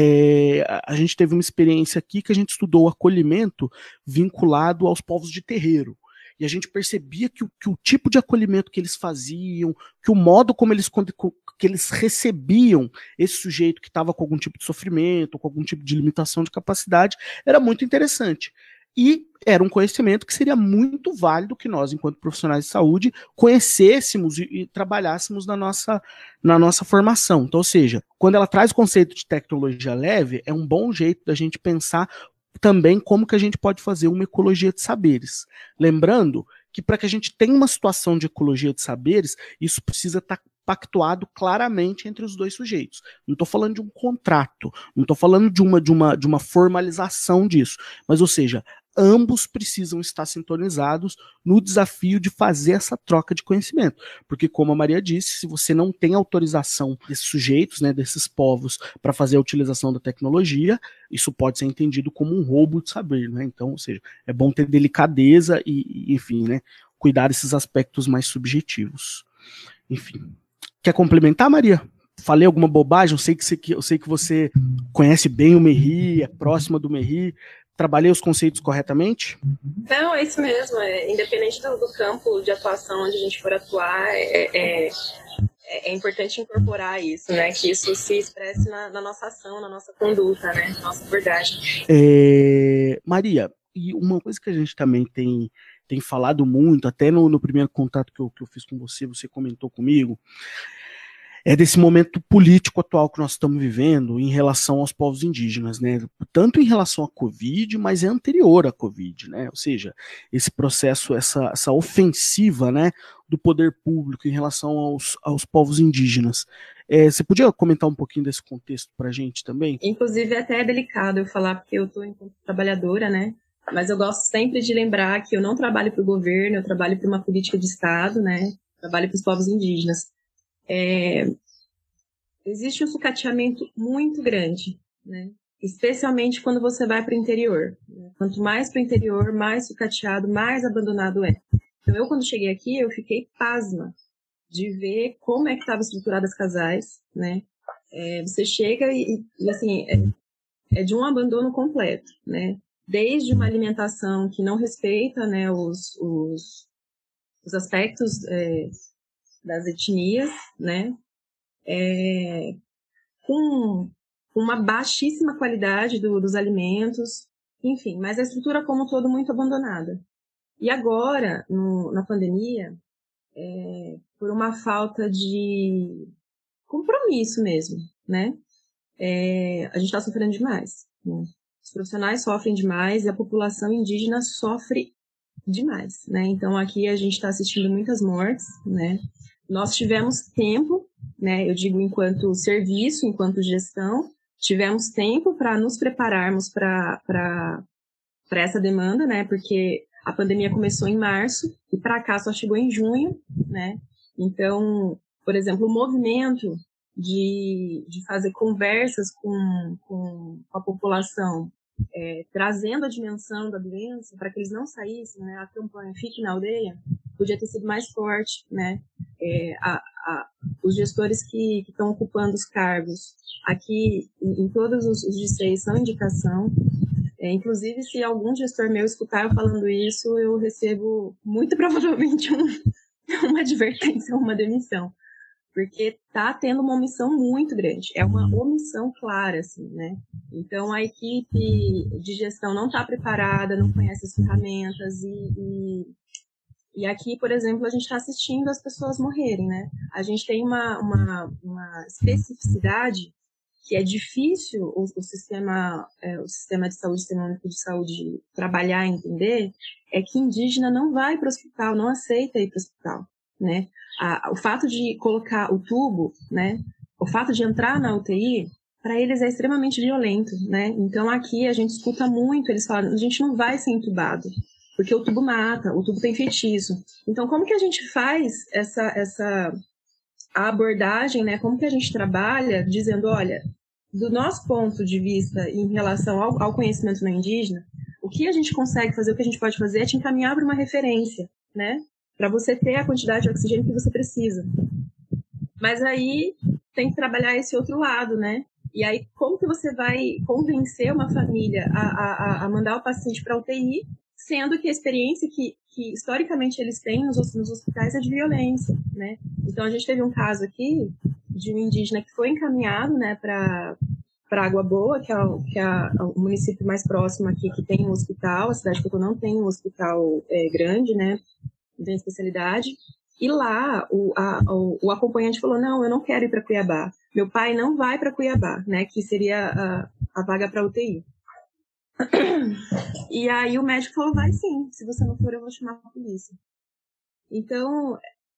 a gente teve uma experiência aqui que a gente estudou o acolhimento vinculado aos povos de terreiro. E a gente percebia que o tipo de acolhimento que eles faziam, que o modo como que eles recebiam esse sujeito que estava com algum tipo de sofrimento, com algum tipo de limitação de capacidade, era muito interessante. E era um conhecimento que seria muito válido que nós, enquanto profissionais de saúde, conhecêssemos e trabalhássemos na nossa formação. Então, ou seja, quando ela traz o conceito de tecnologia leve, é um bom jeito da gente pensar também como que a gente pode fazer uma ecologia de saberes. Lembrando que para que a gente tenha uma situação de ecologia de saberes, isso precisa estar pactuado claramente entre os 2 sujeitos. Não estou falando de um contrato, não estou falando de uma formalização disso, mas, ou seja, ambos precisam estar sintonizados no desafio de fazer essa troca de conhecimento. Porque, como a Maria disse, se você não tem autorização desses sujeitos, né, desses povos, para fazer a utilização da tecnologia, isso pode ser entendido como um roubo de saber, né? Então, ou seja, é bom ter delicadeza e enfim, né, cuidar desses aspectos mais subjetivos. Enfim. Quer complementar, Maria? Falei alguma bobagem? Eu sei que você conhece bem o Merri, é próxima do Merri. Trabalhei os conceitos corretamente? Não, é isso mesmo. Independente do campo de atuação onde a gente for atuar, é importante incorporar isso, né? Que isso se expresse na nossa ação, na nossa conduta, né? Na nossa abordagem. Maria, e uma coisa que a gente também tem falado muito, até no primeiro contato que eu fiz com você comentou comigo, é desse momento político atual que nós estamos vivendo em relação aos povos indígenas, né? Tanto em relação à Covid, mas é anterior à Covid, né? Ou seja, esse processo, essa ofensiva, né, do poder público em relação aos povos indígenas. Você podia comentar um pouquinho desse contexto para a gente também? Inclusive, até é delicado eu falar, porque eu estou enquanto trabalhadora, né? Mas eu gosto sempre de lembrar que eu não trabalho para o governo, eu trabalho para uma política de Estado, né? Trabalho para os povos indígenas. Existe um sucateamento muito grande, né? Especialmente quando você vai para o interior. Quanto mais para o interior, mais sucateado, mais abandonado é. Então, eu quando cheguei aqui, eu fiquei pasma de ver como é que estavam estruturadas as casais, né? Você chega e assim, é de um abandono completo, né? Desde uma alimentação que não respeita, né, os aspectos das etnias, né? Com uma baixíssima qualidade dos alimentos, enfim, mas a estrutura como um todo muito abandonada. E agora, na pandemia, por uma falta de compromisso mesmo, né? A gente está sofrendo demais, né? Os profissionais sofrem demais e a população indígena sofre demais, né? Então, aqui a gente está assistindo muitas mortes, né? Nós tivemos tempo, né? Eu digo enquanto serviço, enquanto gestão, tivemos tempo para nos prepararmos para essa demanda, né? Porque a pandemia começou em março e para cá só chegou em junho, né? Então, por exemplo, o movimento de fazer conversas com a população, trazendo a dimensão da doença para que eles não saíssem, né? A campanha Fique na Aldeia podia ter sido mais forte, né? Os gestores que estão ocupando os cargos aqui em todos os distritos são indicação. Inclusive, se algum gestor meu escutar eu falando isso, eu recebo muito provavelmente uma advertência, uma demissão. Porque está tendo uma omissão muito grande. É uma omissão clara, assim, né? Então, a equipe de gestão não está preparada, não conhece as ferramentas e aqui, por exemplo, a gente está assistindo as pessoas morrerem, né? A gente tem uma especificidade que é difícil o sistema de saúde, sistema único de saúde trabalhar e entender, é que indígena não vai para o hospital, não aceita ir para o hospital, né? O fato de colocar o tubo, né? O fato de entrar na UTI, para eles é extremamente violento, né? Então aqui a gente escuta muito, eles falam, a gente não vai ser entubado, porque o tubo mata, o tubo tem feitiço. Então como que a gente faz a abordagem, né? Como que a gente trabalha dizendo, olha, do nosso ponto de vista em relação ao conhecimento na indígena, o que a gente consegue fazer, o que a gente pode fazer é te encaminhar para uma referência, né? Para você ter a quantidade de oxigênio que você precisa. Mas aí tem que trabalhar esse outro lado, né? E aí como que você vai convencer uma família a mandar o paciente para a UTI, sendo que a experiência que historicamente eles têm nos hospitais é de violência, né? Então a gente teve um caso aqui de um indígena que foi encaminhado, né, para Água Boa, que é o município mais próximo aqui que tem um hospital. A cidade de Cocô não tem um hospital grande, né? Da especialidade, e lá o acompanhante falou, não, eu não quero ir para Cuiabá, meu pai não vai para Cuiabá, né, que seria a vaga para UTI. E aí o médico falou, vai sim, se você não for eu vou chamar a polícia. Então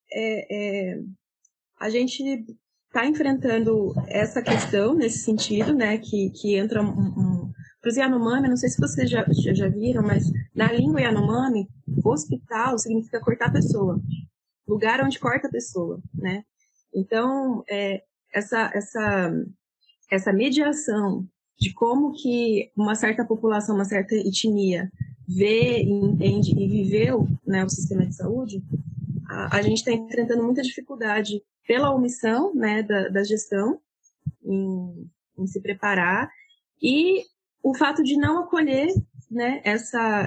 a gente está enfrentando essa questão nesse sentido, né, que entra para os Yanomami, não sei se vocês já viram, mas na língua Yanomami, hospital significa cortar a pessoa, lugar onde corta a pessoa, né? Então, essa mediação de como que uma certa população, uma certa etnia vê, entende e viveu, né, o sistema de saúde, a gente está enfrentando muita dificuldade pela omissão, né, da gestão em se preparar e o fato de não acolher, né, essa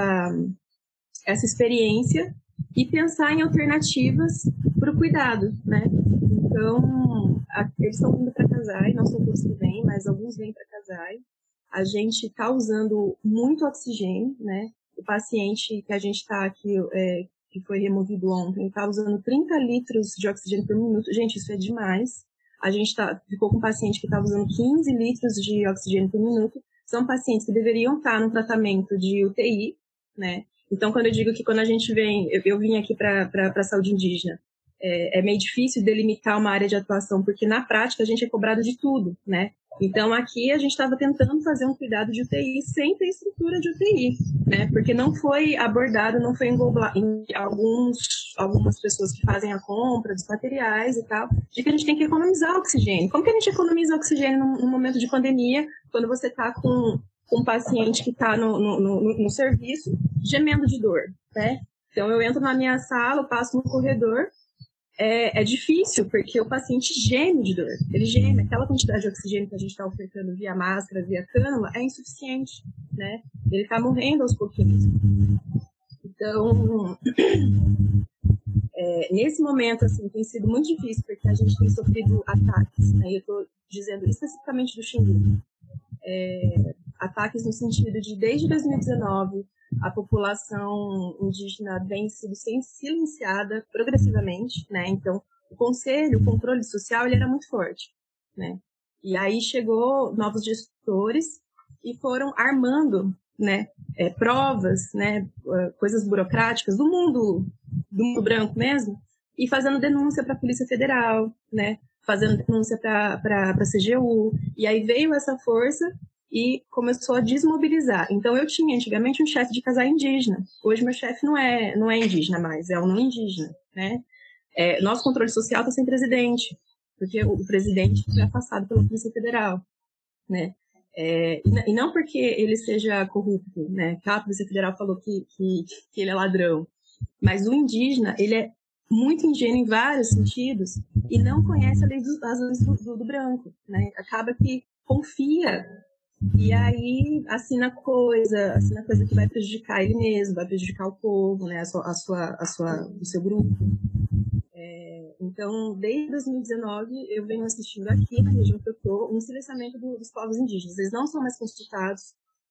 experiência e pensar em alternativas para o cuidado, né? Então, eles estão vindo para Casai, não são todos que vêm, mas alguns vêm para Casai. A gente está usando muito oxigênio, né? O paciente que a gente está aqui, que foi removido ontem, está usando 30 litros de oxigênio por minuto. Gente, isso é demais. A gente ficou com um paciente que estava usando 15 litros de oxigênio por minuto. São pacientes que deveriam estar no tratamento de UTI, né? Então, quando eu digo que quando a gente vem, eu vim aqui para a saúde indígena, é meio difícil delimitar uma área de atuação, porque na prática a gente é cobrado de tudo, né? Então aqui a gente estava tentando fazer um cuidado de UTI sem ter estrutura de UTI, né? Porque não foi abordado, não foi englobado em algumas pessoas que fazem a compra dos materiais e tal, de que a gente tem que economizar oxigênio. Como que a gente economiza oxigênio num momento de pandemia, quando você está com um paciente que está no serviço gemendo de dor, né? Então eu entro na minha sala, eu passo no corredor, é difícil, porque o paciente geme de dor. Ele geme, aquela quantidade de oxigênio que a gente está ofertando via máscara, via cânula, é insuficiente, né? Ele está morrendo aos pouquinhos. Então, nesse momento, assim, tem sido muito difícil, porque a gente tem sofrido ataques, né? Eu estou dizendo especificamente do Xingu. Ataques no sentido de, desde 2019, a população indígena vem sendo silenciada progressivamente, né? Então, o controle social, ele era muito forte, né? E aí chegou novos gestores e foram armando, né, provas, né, coisas burocráticas do mundo branco mesmo, e fazendo denúncia para a Polícia Federal, né? Fazendo denúncia para a CGU. E aí veio essa força e começou a desmobilizar. Então, eu tinha antigamente um chefe de casal indígena. Hoje, meu chefe não é indígena mais, é um não indígena, né? Nosso controle social está sem presidente, porque o presidente foi afastado pela Polícia Federal, né? E não porque ele seja corrupto, né? A Polícia Federal falou que ele é ladrão. Mas o indígena, ele é muito ingênuo em vários sentidos e não conhece as leis do branco, né? Acaba que confia e aí assina coisa que vai prejudicar ele mesmo, vai prejudicar o povo, né? O seu grupo. Então, desde 2019, eu venho assistindo aqui na região que eu estou um silenciamento dos povos indígenas. Eles não são mais consultados,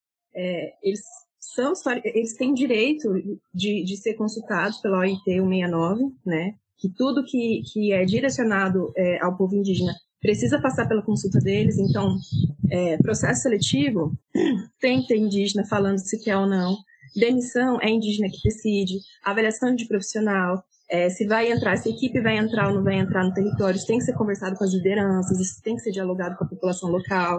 eles têm direito de ser consultados pela OIT 169, né? Que tudo que é direcionado ao povo indígena precisa passar pela consulta deles. Então, processo seletivo tem que ter indígena falando se quer ou não. Demissão é indígena que decide. Avaliação de profissional, se a equipe vai entrar ou não vai entrar no território, isso tem que ser conversado com as lideranças, isso tem que ser dialogado com a população local.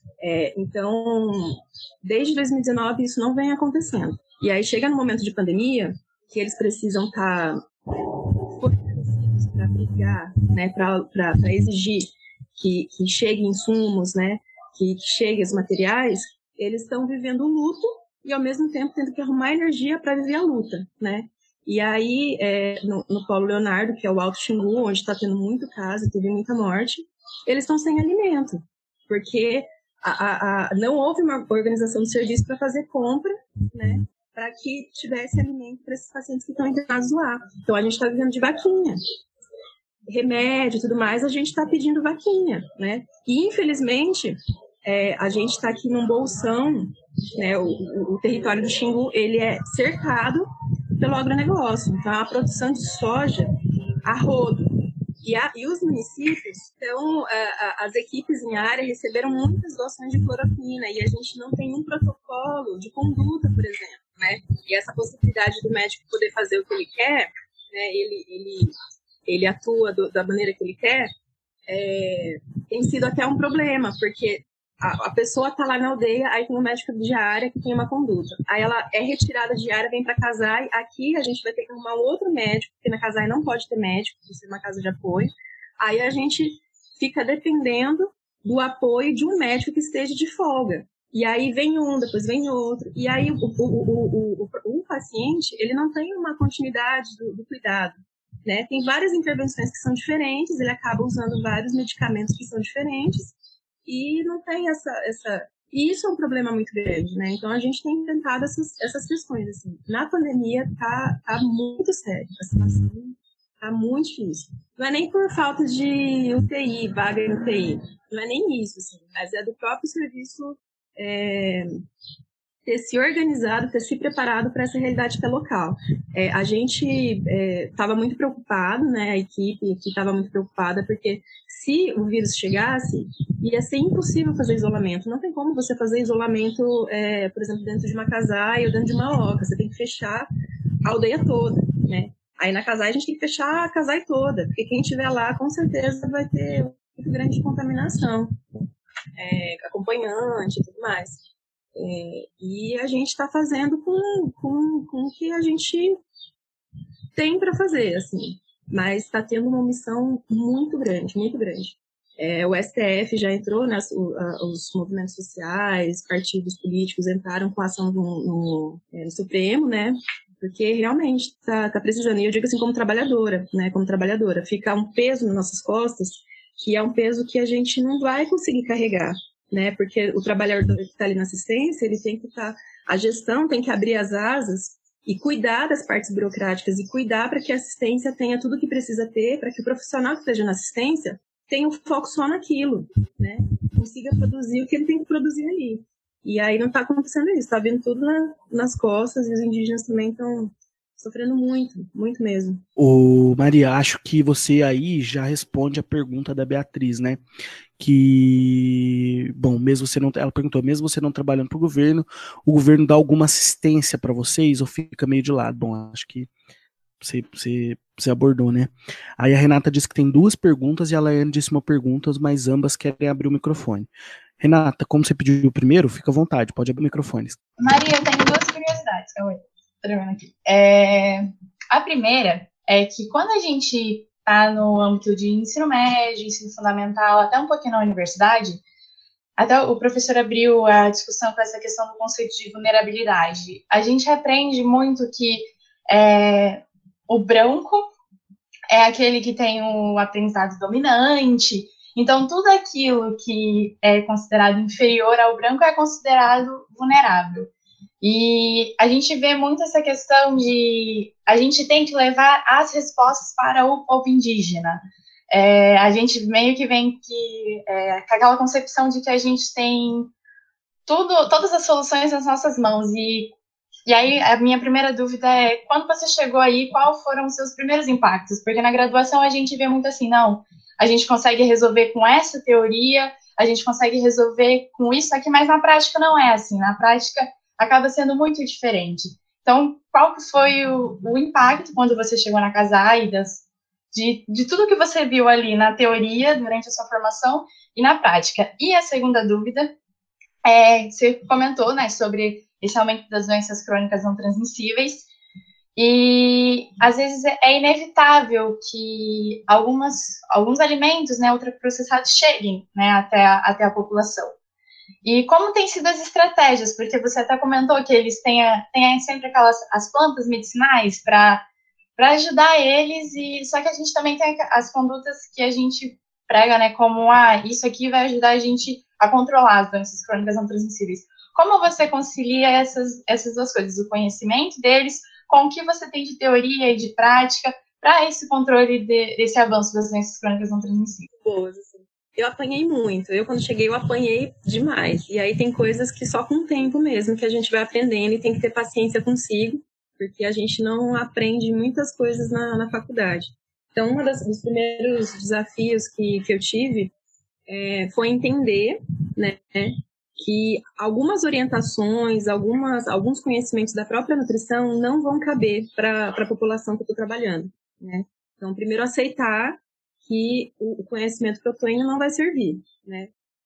Então, desde 2019 isso não vem acontecendo. E aí chega no momento de pandemia, que eles precisam estar fortalecidos para brigar, né, para exigir que cheguem insumos, né, que cheguem os materiais. Eles estão vivendo o luto e, ao mesmo tempo, tendo que arrumar energia para viver a luta, né? E aí, no Polo Leonardo, que é o Alto Xingu, onde está tendo muito caso, teve muita morte, eles estão sem alimento, porque não houve uma organização de serviço para fazer compra, né, para que tivesse alimento para esses pacientes que estão internados lá. Então, a gente está vivendo de vaquinha. Remédio e tudo mais, a gente está pedindo vaquinha, né? E, infelizmente, a gente está aqui num bolsão, né? O território do Xingu, ele é cercado pelo agronegócio. Então, a produção de soja a rodo. E os municípios, então, as equipes em área receberam muitas doações de cloroquina e a gente não tem um protocolo de conduta, por exemplo, né? E essa possibilidade do médico poder fazer o que ele quer, né? Ele atua da maneira que ele quer, tem sido até um problema, porque a pessoa está lá na aldeia, aí tem um médico de área que tem uma conduta. Aí ela é retirada de área, vem para Casai. Aqui a gente vai ter que arrumar um outro médico, porque na Casai não pode ter médico, precisa ser uma casa de apoio. Aí a gente fica dependendo do apoio de um médico que esteja de folga. E aí vem um, depois vem outro. E aí o paciente, ele não tem uma continuidade do cuidado, né? Tem várias intervenções que são diferentes, ele acaba usando vários medicamentos que são diferentes. E não tem E isso é um problema muito grande, né? Então, a gente tem tentado essas questões, assim. Na pandemia, tá muito sério. A situação tá muito difícil. Não é nem por falta de UTI, vaga em UTI. Não é nem isso, assim. Mas é do próprio serviço ter se organizado, ter se preparado para essa realidade que é local. A gente estava muito preocupado, né? A equipe aqui estava muito preocupada, porque se o vírus chegasse, ia ser impossível fazer isolamento. Não tem como você fazer isolamento, por exemplo, dentro de uma casaia ou dentro de uma oca. Você tem que fechar a aldeia toda, né? Aí na CASAI a gente tem que fechar a CASAI toda, porque quem estiver lá com certeza vai ter muito grande contaminação, acompanhante e tudo mais. E a gente está fazendo com o que a gente tem para fazer, assim. Mas está tendo uma omissão muito grande, muito grande. O STF já entrou, né, os movimentos sociais, partidos políticos entraram com ação no Supremo, né, porque realmente está precisando. E eu digo assim, como trabalhadora, né, fica um peso nas nossas costas, que é um peso que a gente não vai conseguir carregar, né, porque o trabalhador que está ali na assistência, ele tem que estar, a gestão tem que abrir as asas e cuidar das partes burocráticas e cuidar para que a assistência tenha tudo o que precisa ter, para que o profissional que esteja na assistência tenha um foco só naquilo, né? Consiga produzir o que ele tem que produzir ali. E aí não está acontecendo isso, está vindo tudo nas costas e os indígenas também estão sofrendo muito, muito mesmo. Maria, acho que você aí já responde a pergunta da Beatriz, né? Que, bom, ela perguntou, mesmo você não trabalhando para o governo dá alguma assistência para vocês ou fica meio de lado? Bom, acho que você abordou, né? Aí a Renata disse que tem 2 perguntas e a Laiane disse uma pergunta, mas ambas querem abrir o microfone. Renata, como você pediu primeiro, fica à vontade, pode abrir o microfone. Maria, eu tenho 2 curiosidades. A primeira é que quando a gente está no âmbito de ensino médio, ensino fundamental, até um pouquinho na universidade, até o professor abriu a discussão com essa questão do conceito de vulnerabilidade. A gente aprende muito que o branco é aquele que tem o aprendizado dominante, então tudo aquilo que é considerado inferior ao branco é considerado vulnerável. E a gente vê muito essa questão de a gente tem que levar as respostas para o povo indígena. A gente meio que vem com aquela concepção de que a gente tem todas as soluções nas nossas mãos. E aí a minha primeira dúvida é, quando você chegou aí, quais foram os seus primeiros impactos? Porque na graduação a gente vê muito assim, não, a gente consegue resolver com essa teoria, a gente consegue resolver com isso aqui, mas na prática não é assim, na prática acaba sendo muito diferente. Então, qual que foi o impacto quando você chegou na CASAI, de tudo que você viu ali na teoria, durante a sua formação, e na prática? E a segunda dúvida você comentou, né, sobre esse aumento das doenças crônicas não transmissíveis, e às vezes é inevitável que alguns alimentos, né, ultraprocessados cheguem, né, até a população. E como têm sido as estratégias? Porque você até comentou que eles têm sempre as plantas medicinais para ajudar eles, só que a gente também tem as condutas que a gente prega, né, como isso aqui vai ajudar a gente a controlar as doenças crônicas não transmissíveis. Como você concilia essas 2 coisas, o conhecimento deles com o que você tem de teoria e de prática para esse controle desse avanço das doenças crônicas não transmissíveis? Eu apanhei muito. Quando cheguei, eu apanhei demais. E aí tem coisas que só com o tempo mesmo que a gente vai aprendendo e tem que ter paciência consigo, porque a gente não aprende muitas coisas na faculdade. Então, um dos primeiros desafios que eu tive foi entender, né, que algumas orientações, alguns conhecimentos da própria nutrição não vão caber para a população que eu estou trabalhando, né? Então, primeiro aceitar que o conhecimento que eu tenho não vai servir, né?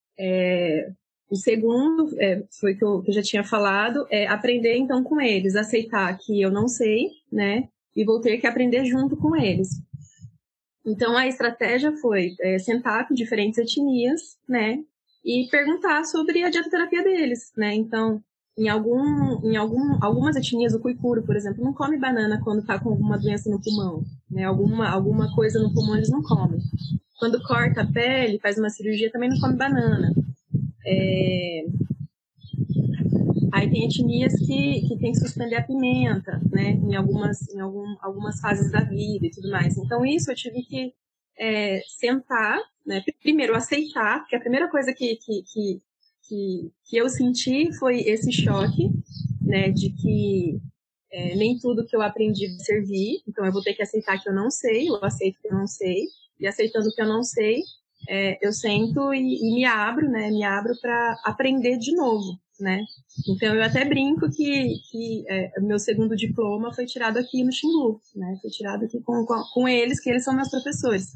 O segundo, foi que eu já tinha falado, aprender então com eles, aceitar que eu não sei, né? E vou ter que aprender junto com eles. Então, a estratégia foi sentar com diferentes etnias, né? E perguntar sobre a dietoterapia deles, né? Então, em algumas etnias, o Kuikuro, por exemplo, não come banana quando está com alguma doença no pulmão, né? Alguma coisa no pulmão eles não comem. Quando corta a pele, faz uma cirurgia, também não come banana. Aí tem etnias que tem que suspender a pimenta, né? Em algumas fases da vida e tudo mais. Então, isso eu tive que sentar, né? Primeiro aceitar, porque a primeira coisa que eu senti foi esse choque, né? De que nem tudo que eu aprendi vai servir, então eu vou ter que aceitar que eu não sei, eu aceito que eu não sei, e aceitando que eu não sei, eu sento e me abro, né? Me abro para aprender de novo, né? Então, eu até brinco que meu segundo diploma foi tirado aqui no Xingu, né? Foi tirado aqui com eles, que eles são meus professores.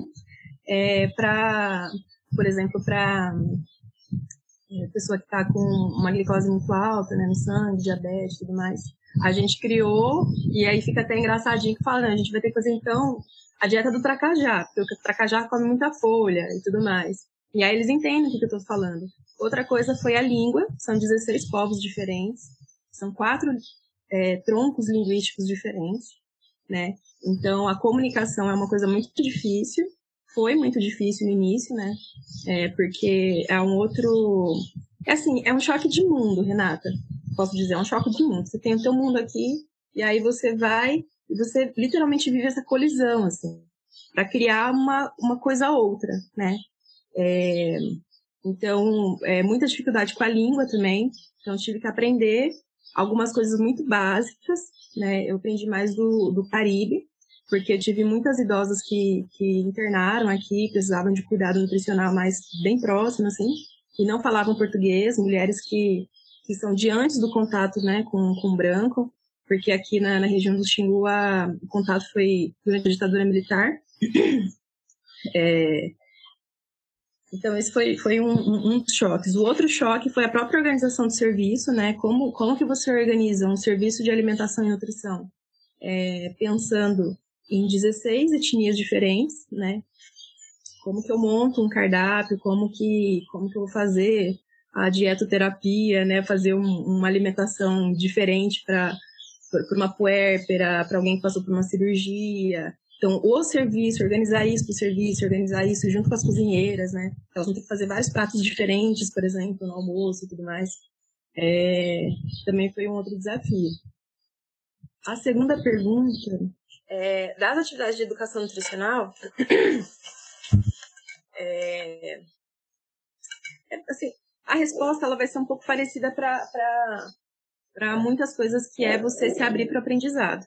Por exemplo, para pessoa que está com uma glicose muito alta, né, no sangue, diabetes e tudo mais, a gente criou, e aí fica até engraçadinho que fala, né, a gente vai ter que fazer, então, a dieta do tracajá, porque o tracajá come muita folha e tudo mais. E aí eles entendem o que eu estou falando. Outra coisa foi a língua, são 16 povos diferentes, são 4 troncos linguísticos diferentes, né? Então, a comunicação é uma coisa muito difícil, foi muito difícil no início, né? Porque é um outro... é um choque de mundo, Renata, posso dizer, é um choque de mundo. Você tem o teu mundo aqui, e aí você vai, e você literalmente vive essa colisão, assim, para criar uma coisa outra, né? Então, muita dificuldade com a língua também, então tive que aprender algumas coisas muito básicas, né? Eu aprendi mais do Caribe, porque eu tive muitas idosas que internaram aqui, precisavam de cuidado nutricional mais bem próximo, assim, e não falavam português, mulheres que são de antes do contato, né, com branco, porque aqui na região do Xingu o contato foi durante a ditadura militar. Então, esse foi um dos choques. O outro choque foi a própria organização do serviço, né? Como que você organiza um serviço de alimentação e nutrição? Pensando em 16 etnias diferentes, né? Como que eu monto um cardápio, como que eu vou fazer a dietoterapia, né? Fazer uma alimentação diferente para uma puérpera, para alguém que passou por uma cirurgia. Então, o serviço, organizar isso para o serviço, organizar isso junto com as cozinheiras, né? Elas vão ter que fazer vários pratos diferentes, por exemplo, no almoço e tudo mais. Também foi um outro desafio. A segunda pergunta, das atividades de educação nutricional, assim, a resposta ela vai ser um pouco parecida para muitas coisas, que é você se abrir para o aprendizado.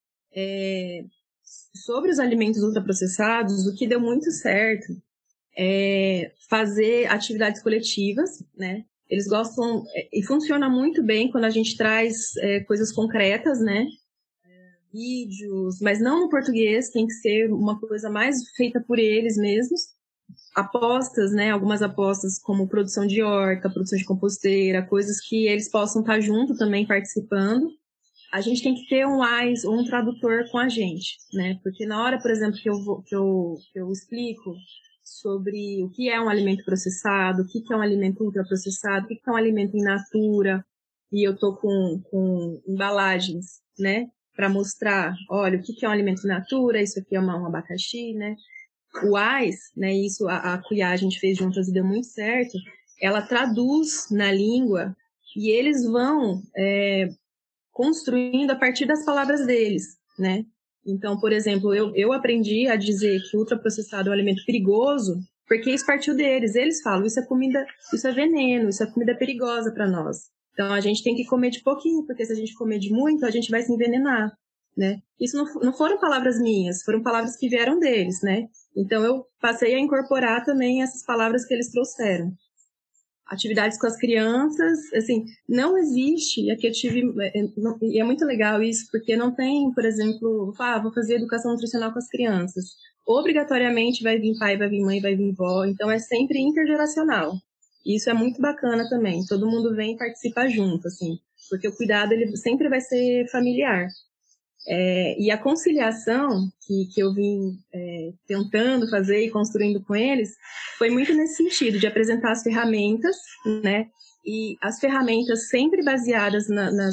Sobre os alimentos ultraprocessados, o que deu muito certo é fazer atividades coletivas, né? Eles gostam, e funciona muito bem quando a gente traz coisas concretas, né? Vídeos, mas não no português, tem que ser uma coisa mais feita por eles mesmos. Apostas, né? Algumas apostas como produção de horta, produção de composteira, coisas que eles possam estar junto também participando. A gente tem que ter um AIS ou um tradutor com a gente, né? Porque na hora, por exemplo, que eu explico sobre o que é um alimento processado, o que é um alimento ultraprocessado, o que é um alimento in natura, e eu tô com embalagens, né? Para mostrar, olha, o que é um alimento in natura, isso aqui é um abacaxi, né? O AIS, né? Isso a Cuiá a gente fez juntas e deu muito certo. Ela traduz na língua e eles vão construindo a partir das palavras deles, né? Então, por exemplo, eu aprendi a dizer que ultraprocessado é um alimento perigoso, porque isso partiu deles. Eles falam, isso é comida, isso é veneno, isso é comida perigosa para nós. Então, a gente tem que comer de pouquinho, porque se a gente comer de muito, a gente vai se envenenar, né? Isso não foram palavras minhas, foram palavras que vieram deles, né? Então, eu passei a incorporar também essas palavras que eles trouxeram. Atividades com as crianças, assim, não existe, e aqui eu tive, e é muito legal isso, porque não tem, por exemplo, vou fazer educação nutricional com as crianças. Obrigatoriamente vai vir pai, vai vir mãe, vai vir vó, então é sempre intergeracional. E isso é muito bacana também, todo mundo vem e participa junto, assim, porque o cuidado ele sempre vai ser familiar. E a conciliação que eu vim tentando fazer e construindo com eles foi muito nesse sentido, de apresentar as ferramentas, né? E as ferramentas sempre baseadas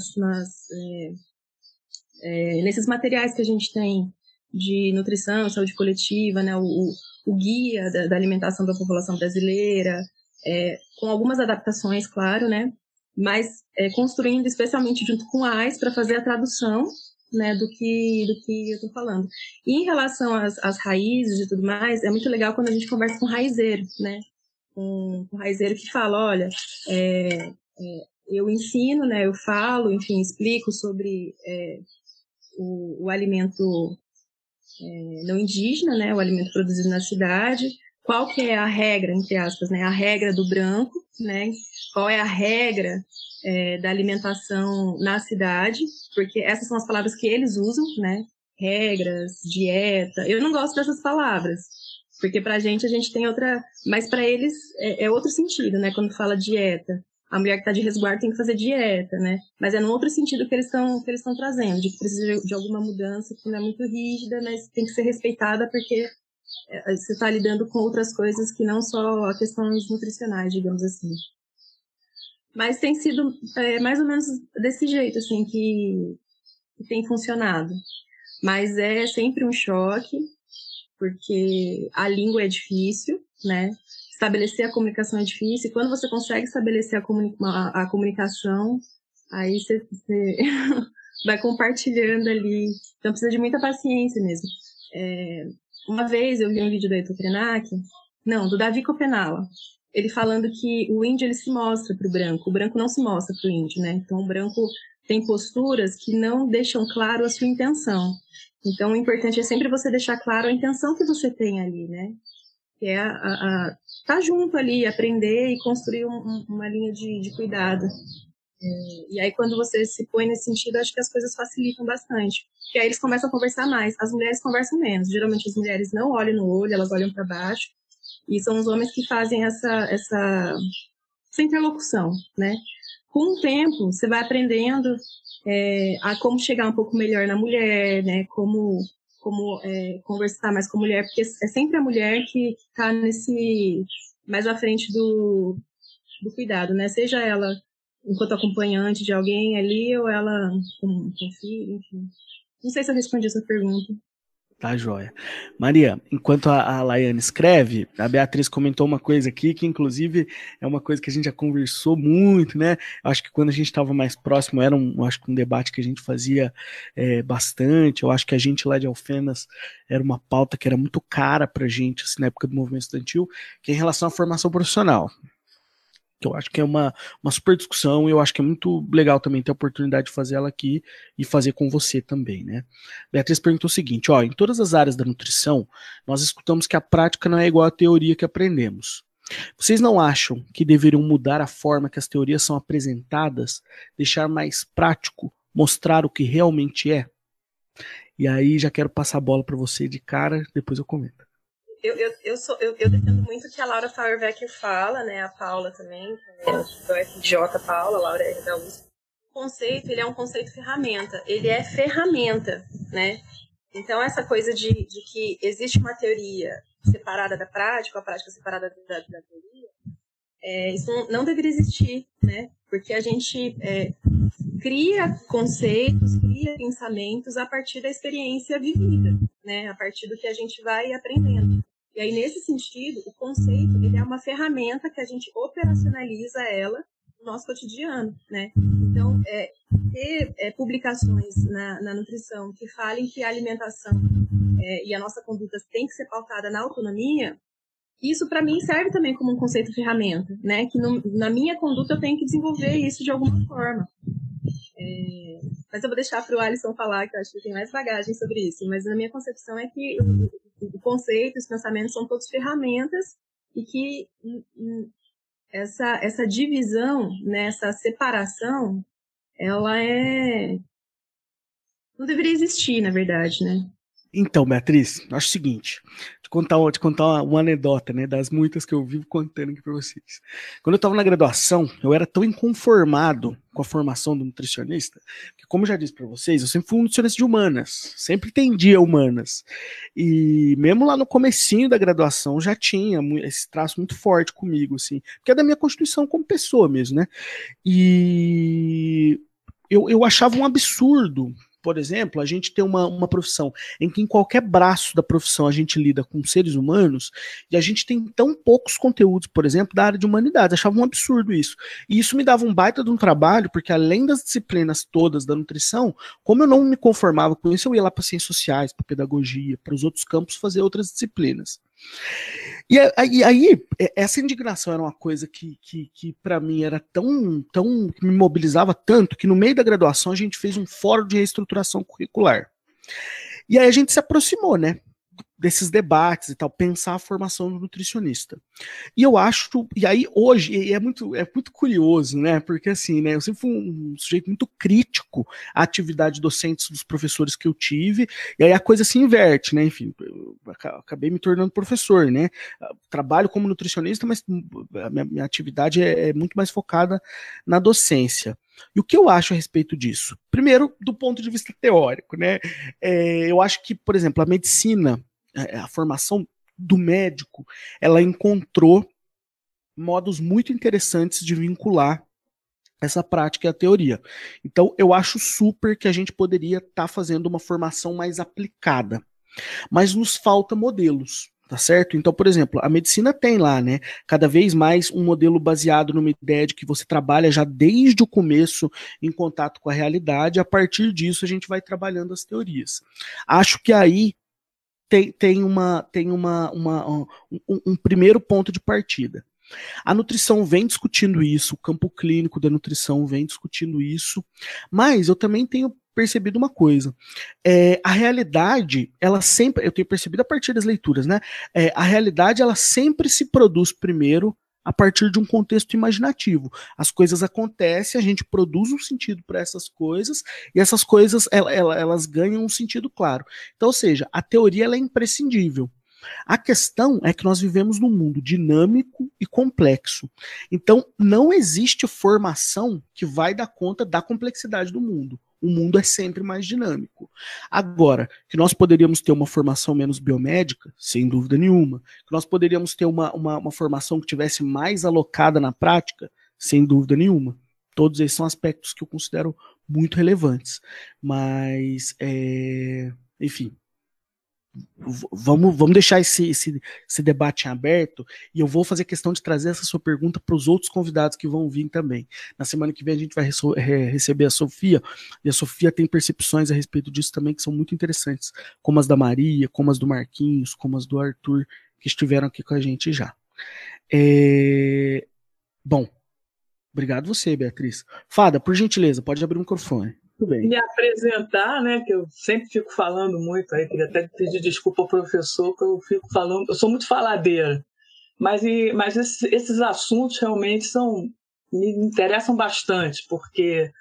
nesses materiais que a gente tem de nutrição, saúde coletiva, né? O guia da alimentação da população brasileira, com algumas adaptações, claro, né? Mas construindo especialmente junto com a AIS para fazer a tradução, né, do que eu estou falando. E em relação às raízes e tudo mais, é muito legal quando a gente conversa com raizeiro, né? Com raizeiro que fala, olha, eu ensino, né, eu falo, enfim, explico sobre o alimento não indígena, né, o alimento produzido na cidade, qual que é a regra, entre aspas, né? A regra do branco, né? Qual é a regra da alimentação na cidade, porque essas são as palavras que eles usam, né? Regras, dieta. Eu não gosto dessas palavras, porque pra gente, a gente tem outra... Mas para eles é outro sentido, né? Quando fala dieta. A mulher que está de resguardo tem que fazer dieta, né? Mas é num outro sentido que eles estão trazendo, de que precisa de alguma mudança que não é muito rígida, mas tem que ser respeitada porque você está lidando com outras coisas que não só questões nutricionais, digamos assim. Mas tem sido mais ou menos desse jeito, assim, que tem funcionado. Mas é sempre um choque, porque a língua é difícil, né? Estabelecer a comunicação é difícil. E quando você consegue estabelecer a comunicação, aí você vai compartilhando ali. Então precisa de muita paciência mesmo. Uma vez eu vi um vídeo do Heitor Krenak, do Davi Copenala, ele falando que o índio ele se mostra para o branco não se mostra para o índio, né? Então o branco tem posturas que não deixam claro a sua intenção. Então o importante é sempre você deixar claro a intenção que você tem ali, né? Que é estar junto ali, aprender e construir uma linha de cuidado. E aí, quando você se põe nesse sentido, acho que as coisas facilitam bastante. Porque aí eles começam a conversar mais. As mulheres conversam menos. Geralmente as mulheres não olham no olho, elas olham para baixo. E são os homens que fazem essa interlocução, né? Com o tempo, você vai aprendendo a como chegar um pouco melhor na mulher, né? Como conversar mais com a mulher, porque é sempre a mulher que está mais à frente do cuidado, né? Seja ela enquanto acompanhante de alguém ali, ou ela com filho, enfim. Não sei se eu respondi essa pergunta. Tá, joia. Maria, enquanto a Laiane escreve, a Beatriz comentou uma coisa aqui, que inclusive é uma coisa que a gente já conversou muito, né? Acho que quando a gente estava mais próximo, era um debate que a gente fazia bastante. Eu acho que a gente lá de Alfenas era uma pauta que era muito cara pra gente, assim, na época do movimento estudantil, que é em relação à formação profissional. Que eu acho que é uma super discussão, e eu acho que é muito legal também ter a oportunidade de fazer ela aqui e fazer com você também, né? Beatriz perguntou o seguinte, em todas as áreas da nutrição, nós escutamos que a prática não é igual à teoria que aprendemos. Vocês não acham que deveriam mudar a forma que as teorias são apresentadas, deixar mais prático, mostrar o que realmente é? E aí já quero passar a bola para você de cara, depois eu comento. Eu defendo muito o que a Laura Fauerwecker fala, né? A Paula também, do FJ Paula, a Laura é da USP. O conceito, ele é um conceito ferramenta. Ele é ferramenta, né? Então, essa coisa de que existe uma teoria separada da prática, a prática separada da teoria, isso não deveria existir, né? Porque a gente cria conceitos, cria pensamentos a partir da experiência vivida, né? A partir do que a gente vai aprendendo. E aí, nesse sentido, o conceito ele é uma ferramenta que a gente operacionaliza ela no nosso cotidiano, né? Então, ter publicações na nutrição que falem que a alimentação e a nossa conduta tem que ser pautada na autonomia, isso, para mim, serve também como um conceito ferramenta, né? Que na minha conduta eu tenho que desenvolver isso de alguma forma. Mas eu vou deixar para o Alisson falar, que eu acho que tem mais bagagem sobre isso. Mas a minha concepção é que o conceito, os pensamentos são todos ferramentas e que essa divisão, né, essa separação, ela não deveria existir, na verdade, né? Então, Beatriz, eu acho o seguinte, te contar uma anedota, né, das muitas que eu vivo contando aqui para vocês. Quando eu estava na graduação, eu era tão inconformado com a formação do nutricionista, que, como eu já disse para vocês, eu sempre fui um nutricionista de humanas, sempre entendia humanas. E mesmo lá no comecinho da graduação já tinha esse traço muito forte comigo, assim, porque é da minha constituição como pessoa mesmo, né? E eu achava um absurdo, por exemplo, a gente tem uma profissão em que em qualquer braço da profissão a gente lida com seres humanos e a gente tem tão poucos conteúdos, por exemplo, da área de humanidades. Achava um absurdo isso. E isso me dava um baita de um trabalho, porque além das disciplinas todas da nutrição, como eu não me conformava com isso, eu ia lá para ciências sociais, para pedagogia, para os outros campos fazer outras disciplinas. E aí, essa indignação era uma coisa que para mim era tão que me mobilizava tanto, que no meio da graduação a gente fez um fórum de reestruturação curricular. E aí a gente se aproximou, né? desses debates e tal, pensar a formação do nutricionista. E eu acho, e aí hoje, é muito curioso, né, porque assim, né, eu sempre fui um sujeito muito crítico à atividade docente dos professores que eu tive, e aí a coisa se inverte, né, enfim, eu acabei me tornando professor, né, trabalho como nutricionista, mas a minha atividade é muito mais focada na docência. E o que eu acho a respeito disso? Primeiro, do ponto de vista teórico, né, eu acho que, por exemplo, a medicina, a formação do médico, ela encontrou modos muito interessantes de vincular essa prática e a teoria. Então, eu acho super que a gente poderia estar fazendo uma formação mais aplicada. Mas nos falta modelos, tá certo? Então, por exemplo, a medicina tem lá, né, cada vez mais um modelo baseado numa ideia de que você trabalha já desde o começo em contato com a realidade, a partir disso a gente vai trabalhando as teorias. Acho que aí tem um primeiro ponto de partida. A nutrição vem discutindo isso, o campo clínico da nutrição vem discutindo isso, mas eu também tenho percebido uma coisa. A realidade, ela sempre, eu tenho percebido a partir das leituras, né? A realidade, ela sempre se produz primeiro a partir de um contexto imaginativo. As coisas acontecem, a gente produz um sentido para essas coisas, e essas coisas elas ganham um sentido claro. Então, ou seja, a teoria ela é imprescindível. A questão é que nós vivemos num mundo dinâmico e complexo. Então, não existe formação que vai dar conta da complexidade do mundo. O mundo é sempre mais dinâmico. Agora, que nós poderíamos ter uma formação menos biomédica, sem dúvida nenhuma. Que nós poderíamos ter uma formação que tivesse mais alocada na prática, sem dúvida nenhuma. Todos esses são aspectos que eu considero muito relevantes. Mas, enfim, vamos deixar esse debate em aberto, e eu vou fazer questão de trazer essa sua pergunta para os outros convidados que vão vir também. Na semana que vem a gente vai receber a Sofia, e a Sofia tem percepções a respeito disso também que são muito interessantes, como as da Maria, como as do Marquinhos, como as do Arthur, que estiveram aqui com a gente já. Bom, obrigado você, Beatriz. Fada, por gentileza, pode abrir o microfone. Me apresentar, né, que eu sempre fico falando muito, aí queria até pedir desculpa ao professor, que eu fico falando, eu sou muito faladeira, mas esses assuntos realmente me interessam bastante, porque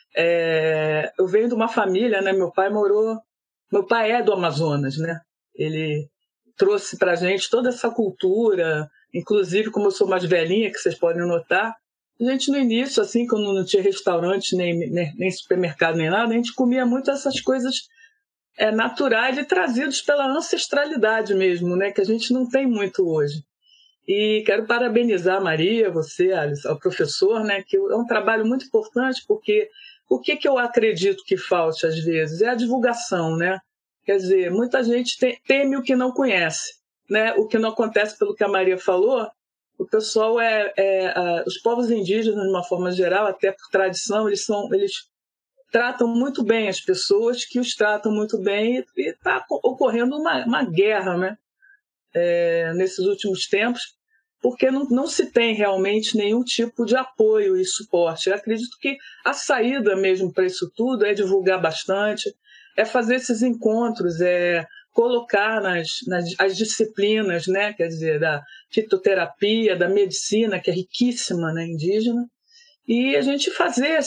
eu venho de uma família, né, meu pai é do Amazonas, né, ele trouxe pra gente toda essa cultura, inclusive como eu sou mais velhinha, que vocês podem notar, a gente no início, assim, quando não tinha restaurante, nem supermercado, nem nada, a gente comia muito essas coisas naturais e trazidos pela ancestralidade mesmo, né, que a gente não tem muito hoje. E quero parabenizar a Maria, você, Alice, ao professor, né, que é um trabalho muito importante, porque o que eu acredito que falte às vezes é a divulgação, né? Quer dizer, muita gente teme o que não conhece, né? O que não acontece, pelo que a Maria falou, o pessoal os povos indígenas, de uma forma geral, até por tradição, eles tratam muito bem as pessoas que os tratam muito bem, e está ocorrendo uma guerra, né? Nesses últimos tempos, porque não se tem realmente nenhum tipo de apoio e suporte. Eu acredito que a saída mesmo para isso tudo é divulgar bastante, é fazer esses encontros, colocar as disciplinas, né, quer dizer, da fitoterapia, da medicina, que é riquíssima, né, indígena, e a gente fazer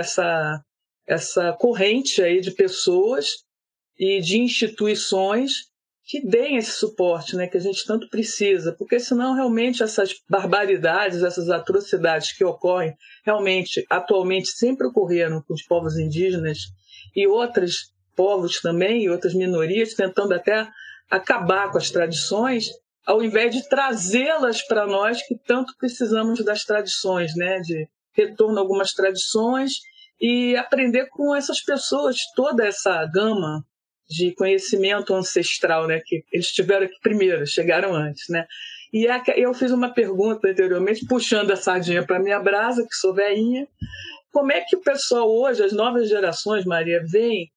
essa corrente aí de pessoas e de instituições que deem esse suporte, né, que a gente tanto precisa, porque senão realmente essas barbaridades, essas atrocidades que ocorrem, realmente, atualmente sempre ocorreram com os povos indígenas e outros povos também, e outras minorias, tentando até acabar com as tradições, ao invés de trazê-las para nós que tanto precisamos das tradições, né, de retorno a algumas tradições e aprender com essas pessoas toda essa gama de conhecimento ancestral, né, que eles tiveram aqui primeiro, chegaram antes, né? E eu fiz uma pergunta anteriormente, puxando a sardinha para minha brasa, que sou velhinha, como é que o pessoal hoje, as novas gerações, Maria, veem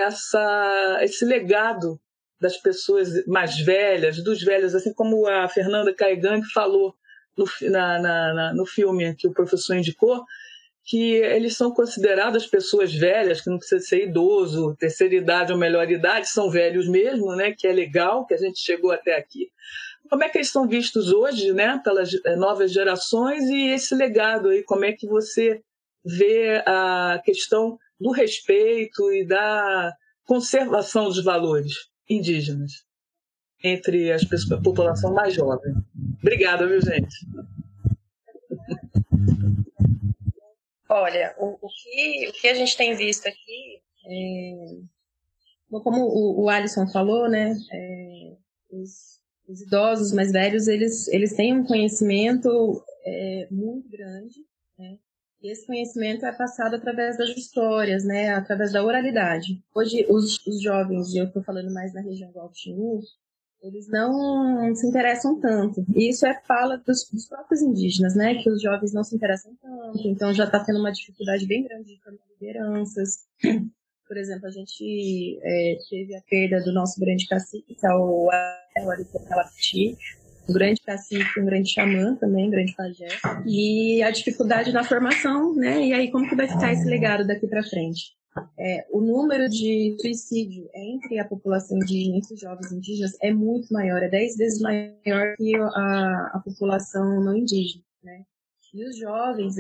esse legado das pessoas mais velhas, dos velhos, assim como a Fernanda Caegang falou no filme que o professor indicou, que eles são considerados pessoas velhas, que não precisa ser idoso, terceira idade ou melhor idade, são velhos mesmo, né, que é legal, que a gente chegou até aqui. Como é que eles são vistos hoje, né, pelas novas gerações, e esse legado aí, como é que você vê a questão do respeito e da conservação dos valores indígenas entre as pessoas, a população mais jovem? Obrigada, viu, gente? Olha, o que a gente tem visto aqui, como o Alisson falou, né, os idosos mais velhos, eles têm um conhecimento muito grande, né, e esse conhecimento é passado através das histórias, né, através da oralidade. Hoje, os jovens, e eu estou falando mais na região do Alto-Xingu, eles não se interessam tanto. E isso é fala dos próprios indígenas, né? Que os jovens não se interessam tanto, então já está tendo uma dificuldade bem grande de formar lideranças. Por exemplo, a gente teve a perda do nosso grande cacique, que é o Aripuanã-Lapiti, um grande cacique, um grande xamã também, um grande pajé. E a dificuldade na formação, né? E aí como que vai ficar esse legado daqui para frente? O número de suicídio entre a população indígena, entre os jovens indígenas, é muito maior, é 10 vezes maior que a população não indígena, né? E os jovens,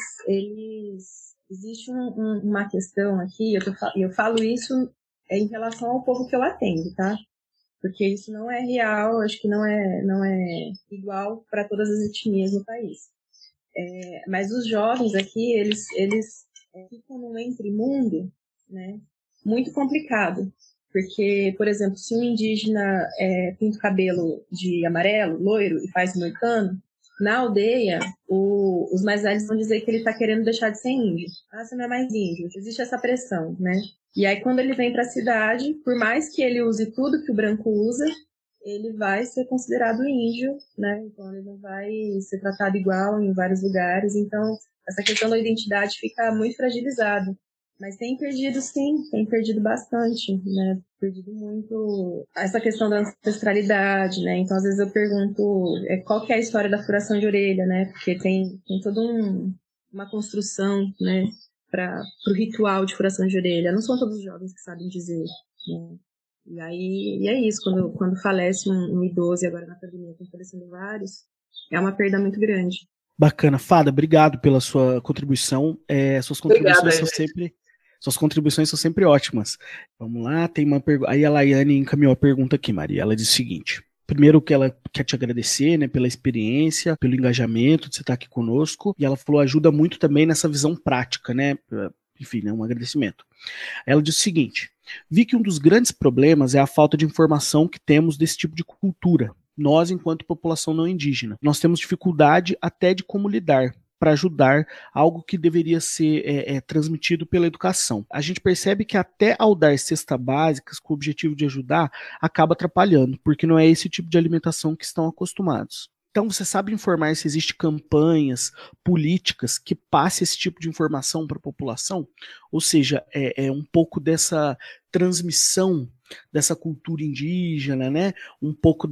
existe uma questão aqui, eu falo isso em relação ao povo que eu atendo, tá? Porque isso não é real, acho que não é igual para todas as etnias no país. Mas os jovens aqui, eles ficam num entremundo, né, muito complicado. Porque, por exemplo, se um indígena pinta o cabelo de amarelo, loiro, e faz moicano, na aldeia, os mais velhos vão dizer que ele está querendo deixar de ser índio. Ah, você não é mais índio. Existe essa pressão, né? E aí, quando ele vem para a cidade, por mais que ele use tudo que o branco usa, ele vai ser considerado índio, né? Então, ele não vai ser tratado igual em vários lugares. Então, essa questão da identidade fica muito fragilizada. Mas tem perdido, sim, tem perdido bastante, né? Perdido muito essa questão da ancestralidade, né? Então, às vezes eu pergunto qual que é a história da furação de orelha, né? Porque tem toda uma construção, né? Para o ritual de furação de orelha. Não são todos os jovens que sabem dizer, né? E é isso, quando falece um idoso, e agora na pandemia estão falecendo vários, é uma perda muito grande. Bacana. Fada, obrigado pela sua contribuição. Suas contribuições são sempre ótimas. Vamos lá, tem uma pergunta. Aí a Laiane encaminhou a pergunta aqui, Maria. Ela diz o seguinte: primeiro que ela quer te agradecer, né, pela experiência, pelo engajamento de você estar aqui conosco. E ela falou, ajuda muito também nessa visão prática, né? Enfim, né, um agradecimento. Ela diz o seguinte: vi que um dos grandes problemas é a falta de informação que temos desse tipo de cultura. Nós, enquanto população não indígena, nós temos dificuldade até de como lidar para ajudar algo que deveria ser transmitido pela educação. A gente percebe que até ao dar cestas básicas com o objetivo de ajudar, acaba atrapalhando, porque não é esse tipo de alimentação que estão acostumados. Então, você sabe informar se existem campanhas políticas que passem esse tipo de informação para a população? Ou seja, um pouco dessa transmissão dessa cultura indígena, né? Um pouco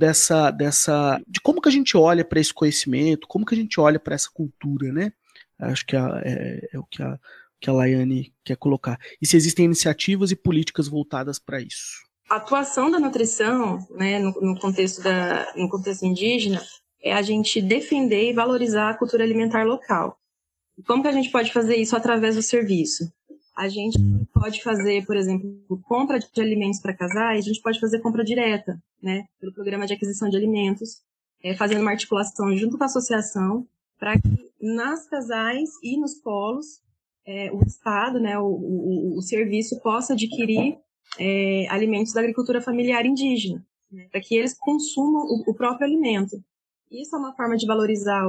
de como que a gente olha para esse conhecimento, como que a gente olha para essa cultura, né? Acho que é o que a Laiane quer colocar. E se existem iniciativas e políticas voltadas para isso? A atuação da nutrição, né, no contexto indígena, é a gente defender e valorizar a cultura alimentar local. E como que a gente pode fazer isso através do serviço? A gente pode fazer, por exemplo, compra de alimentos para casais, a gente pode fazer compra direta, né, pelo programa de aquisição de alimentos, fazendo uma articulação junto com a associação, para que nas casais e nos polos, o Estado, né, o serviço possa adquirir alimentos da agricultura familiar indígena, né, para que eles consumam o próprio alimento. Isso é uma forma de valorizar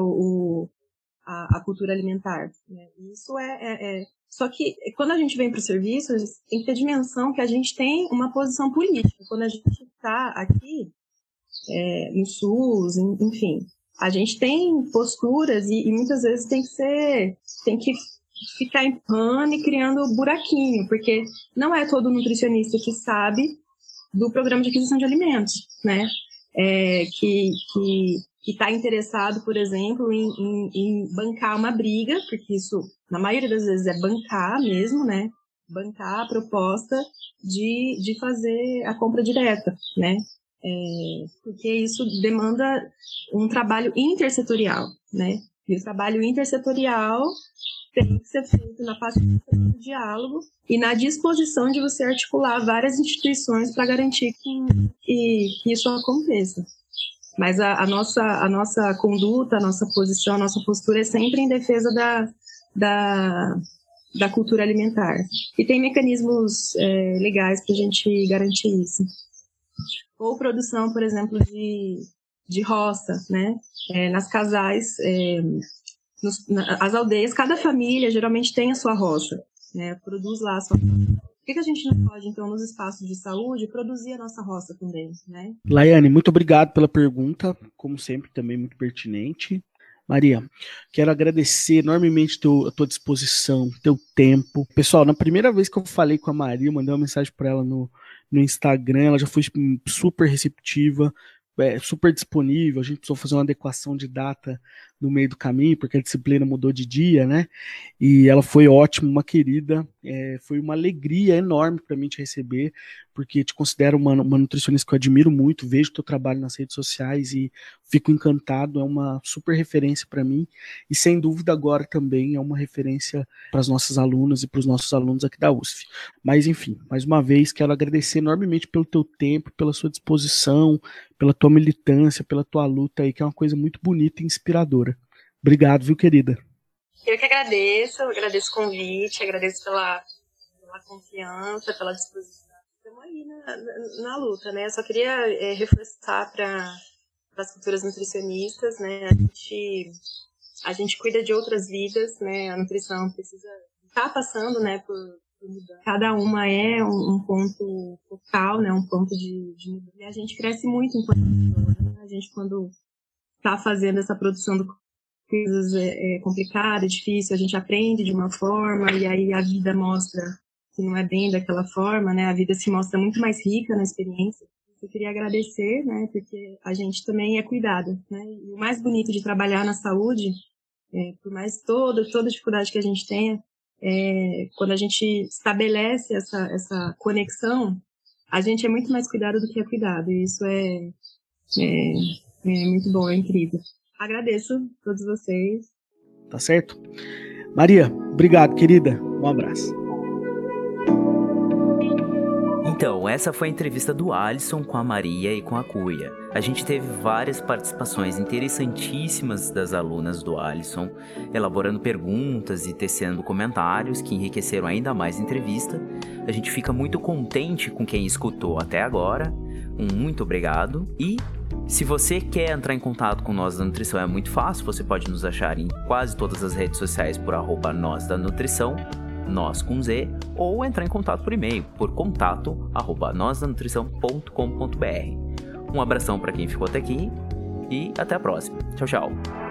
a cultura alimentar, né? Isso Só que quando a gente vem para o serviço, tem que ter dimensão que a gente tem uma posição política. Quando a gente está aqui, no SUS, enfim, a gente tem posturas e muitas vezes tem que ficar empurrando e criando buraquinho, porque não é todo nutricionista que sabe do programa de aquisição de alimentos, né? Que está interessado, por exemplo, em bancar uma briga, porque isso, na maioria das vezes, é bancar mesmo, né? Bancar a proposta de fazer a compra direta, né? Porque isso demanda um trabalho intersetorial, né? E o trabalho intersetorial tem que ser feito na paciência do diálogo e na disposição de você articular várias instituições para garantir que isso aconteça. Mas a nossa conduta, a nossa posição, a nossa postura é sempre em defesa da cultura alimentar. E tem mecanismos legais para a gente garantir isso. Ou produção, por exemplo, de roça, né? Nas casais, as aldeias, cada família geralmente tem a sua roça, né? Produz lá a sua roça. Por que a gente não pode, então, nos espaços de saúde, produzir a nossa roça também, né? Laiane, muito obrigado pela pergunta, como sempre, também muito pertinente. Maria, quero agradecer enormemente a tua disposição, teu tempo. Pessoal, na primeira vez que eu falei com a Maria, eu mandei uma mensagem para ela no Instagram, ela já foi super receptiva, super disponível. A gente precisou fazer uma adequação de data no meio do caminho, porque a disciplina mudou de dia, né? E ela foi ótima, uma querida. Foi uma alegria enorme para mim te receber, porque te considero uma nutricionista que eu admiro muito, vejo teu trabalho nas redes sociais e fico encantado, é uma super referência para mim, e sem dúvida agora também é uma referência para as nossas alunas e para os nossos alunos aqui da USF. Mas enfim, mais uma vez quero agradecer enormemente pelo teu tempo, pela sua disposição, pela tua militância, pela tua luta aí, que é uma coisa muito bonita e inspiradora. Obrigado, viu, querida? Eu que agradeço o convite, agradeço pela confiança, pela disposição. Estamos aí na luta, né? Eu só queria reforçar para as futuras nutricionistas, né? A gente cuida de outras vidas, né? A nutrição precisa estar passando, né, por mudança. Cada uma é um ponto focal, né? Um ponto de mudança. E a gente cresce muito enquanto pessoa, né? A gente, quando está fazendo essa produção do coisas é complicado, é difícil, a gente aprende de uma forma e aí a vida mostra que não é bem daquela forma, né? A vida se mostra muito mais rica na experiência. Eu queria agradecer, né? Porque a gente também é cuidada, né? E o mais bonito de trabalhar na saúde, por mais toda dificuldade que a gente tenha, quando a gente estabelece essa conexão, a gente é muito mais cuidado do que é cuidado. E isso é muito bom, é incrível. Agradeço a todos vocês. Tá certo? Maria, obrigado, querida. Um abraço. Então, essa foi a entrevista do Alisson com a Maria e com a Cuia. A gente teve várias participações interessantíssimas das alunas do Alisson, elaborando perguntas e tecendo comentários que enriqueceram ainda mais a entrevista. A gente fica muito contente com quem escutou até agora. Muito obrigado. E se você quer entrar em contato com Nós da Nutrição, é muito fácil. Você pode nos achar em quase todas as redes sociais por @Nós da Nutrição, nós com Z, ou entrar em contato por e-mail por contato@nosdanutrição.com.br. Um abração para quem ficou até aqui e até a próxima. Tchau, tchau.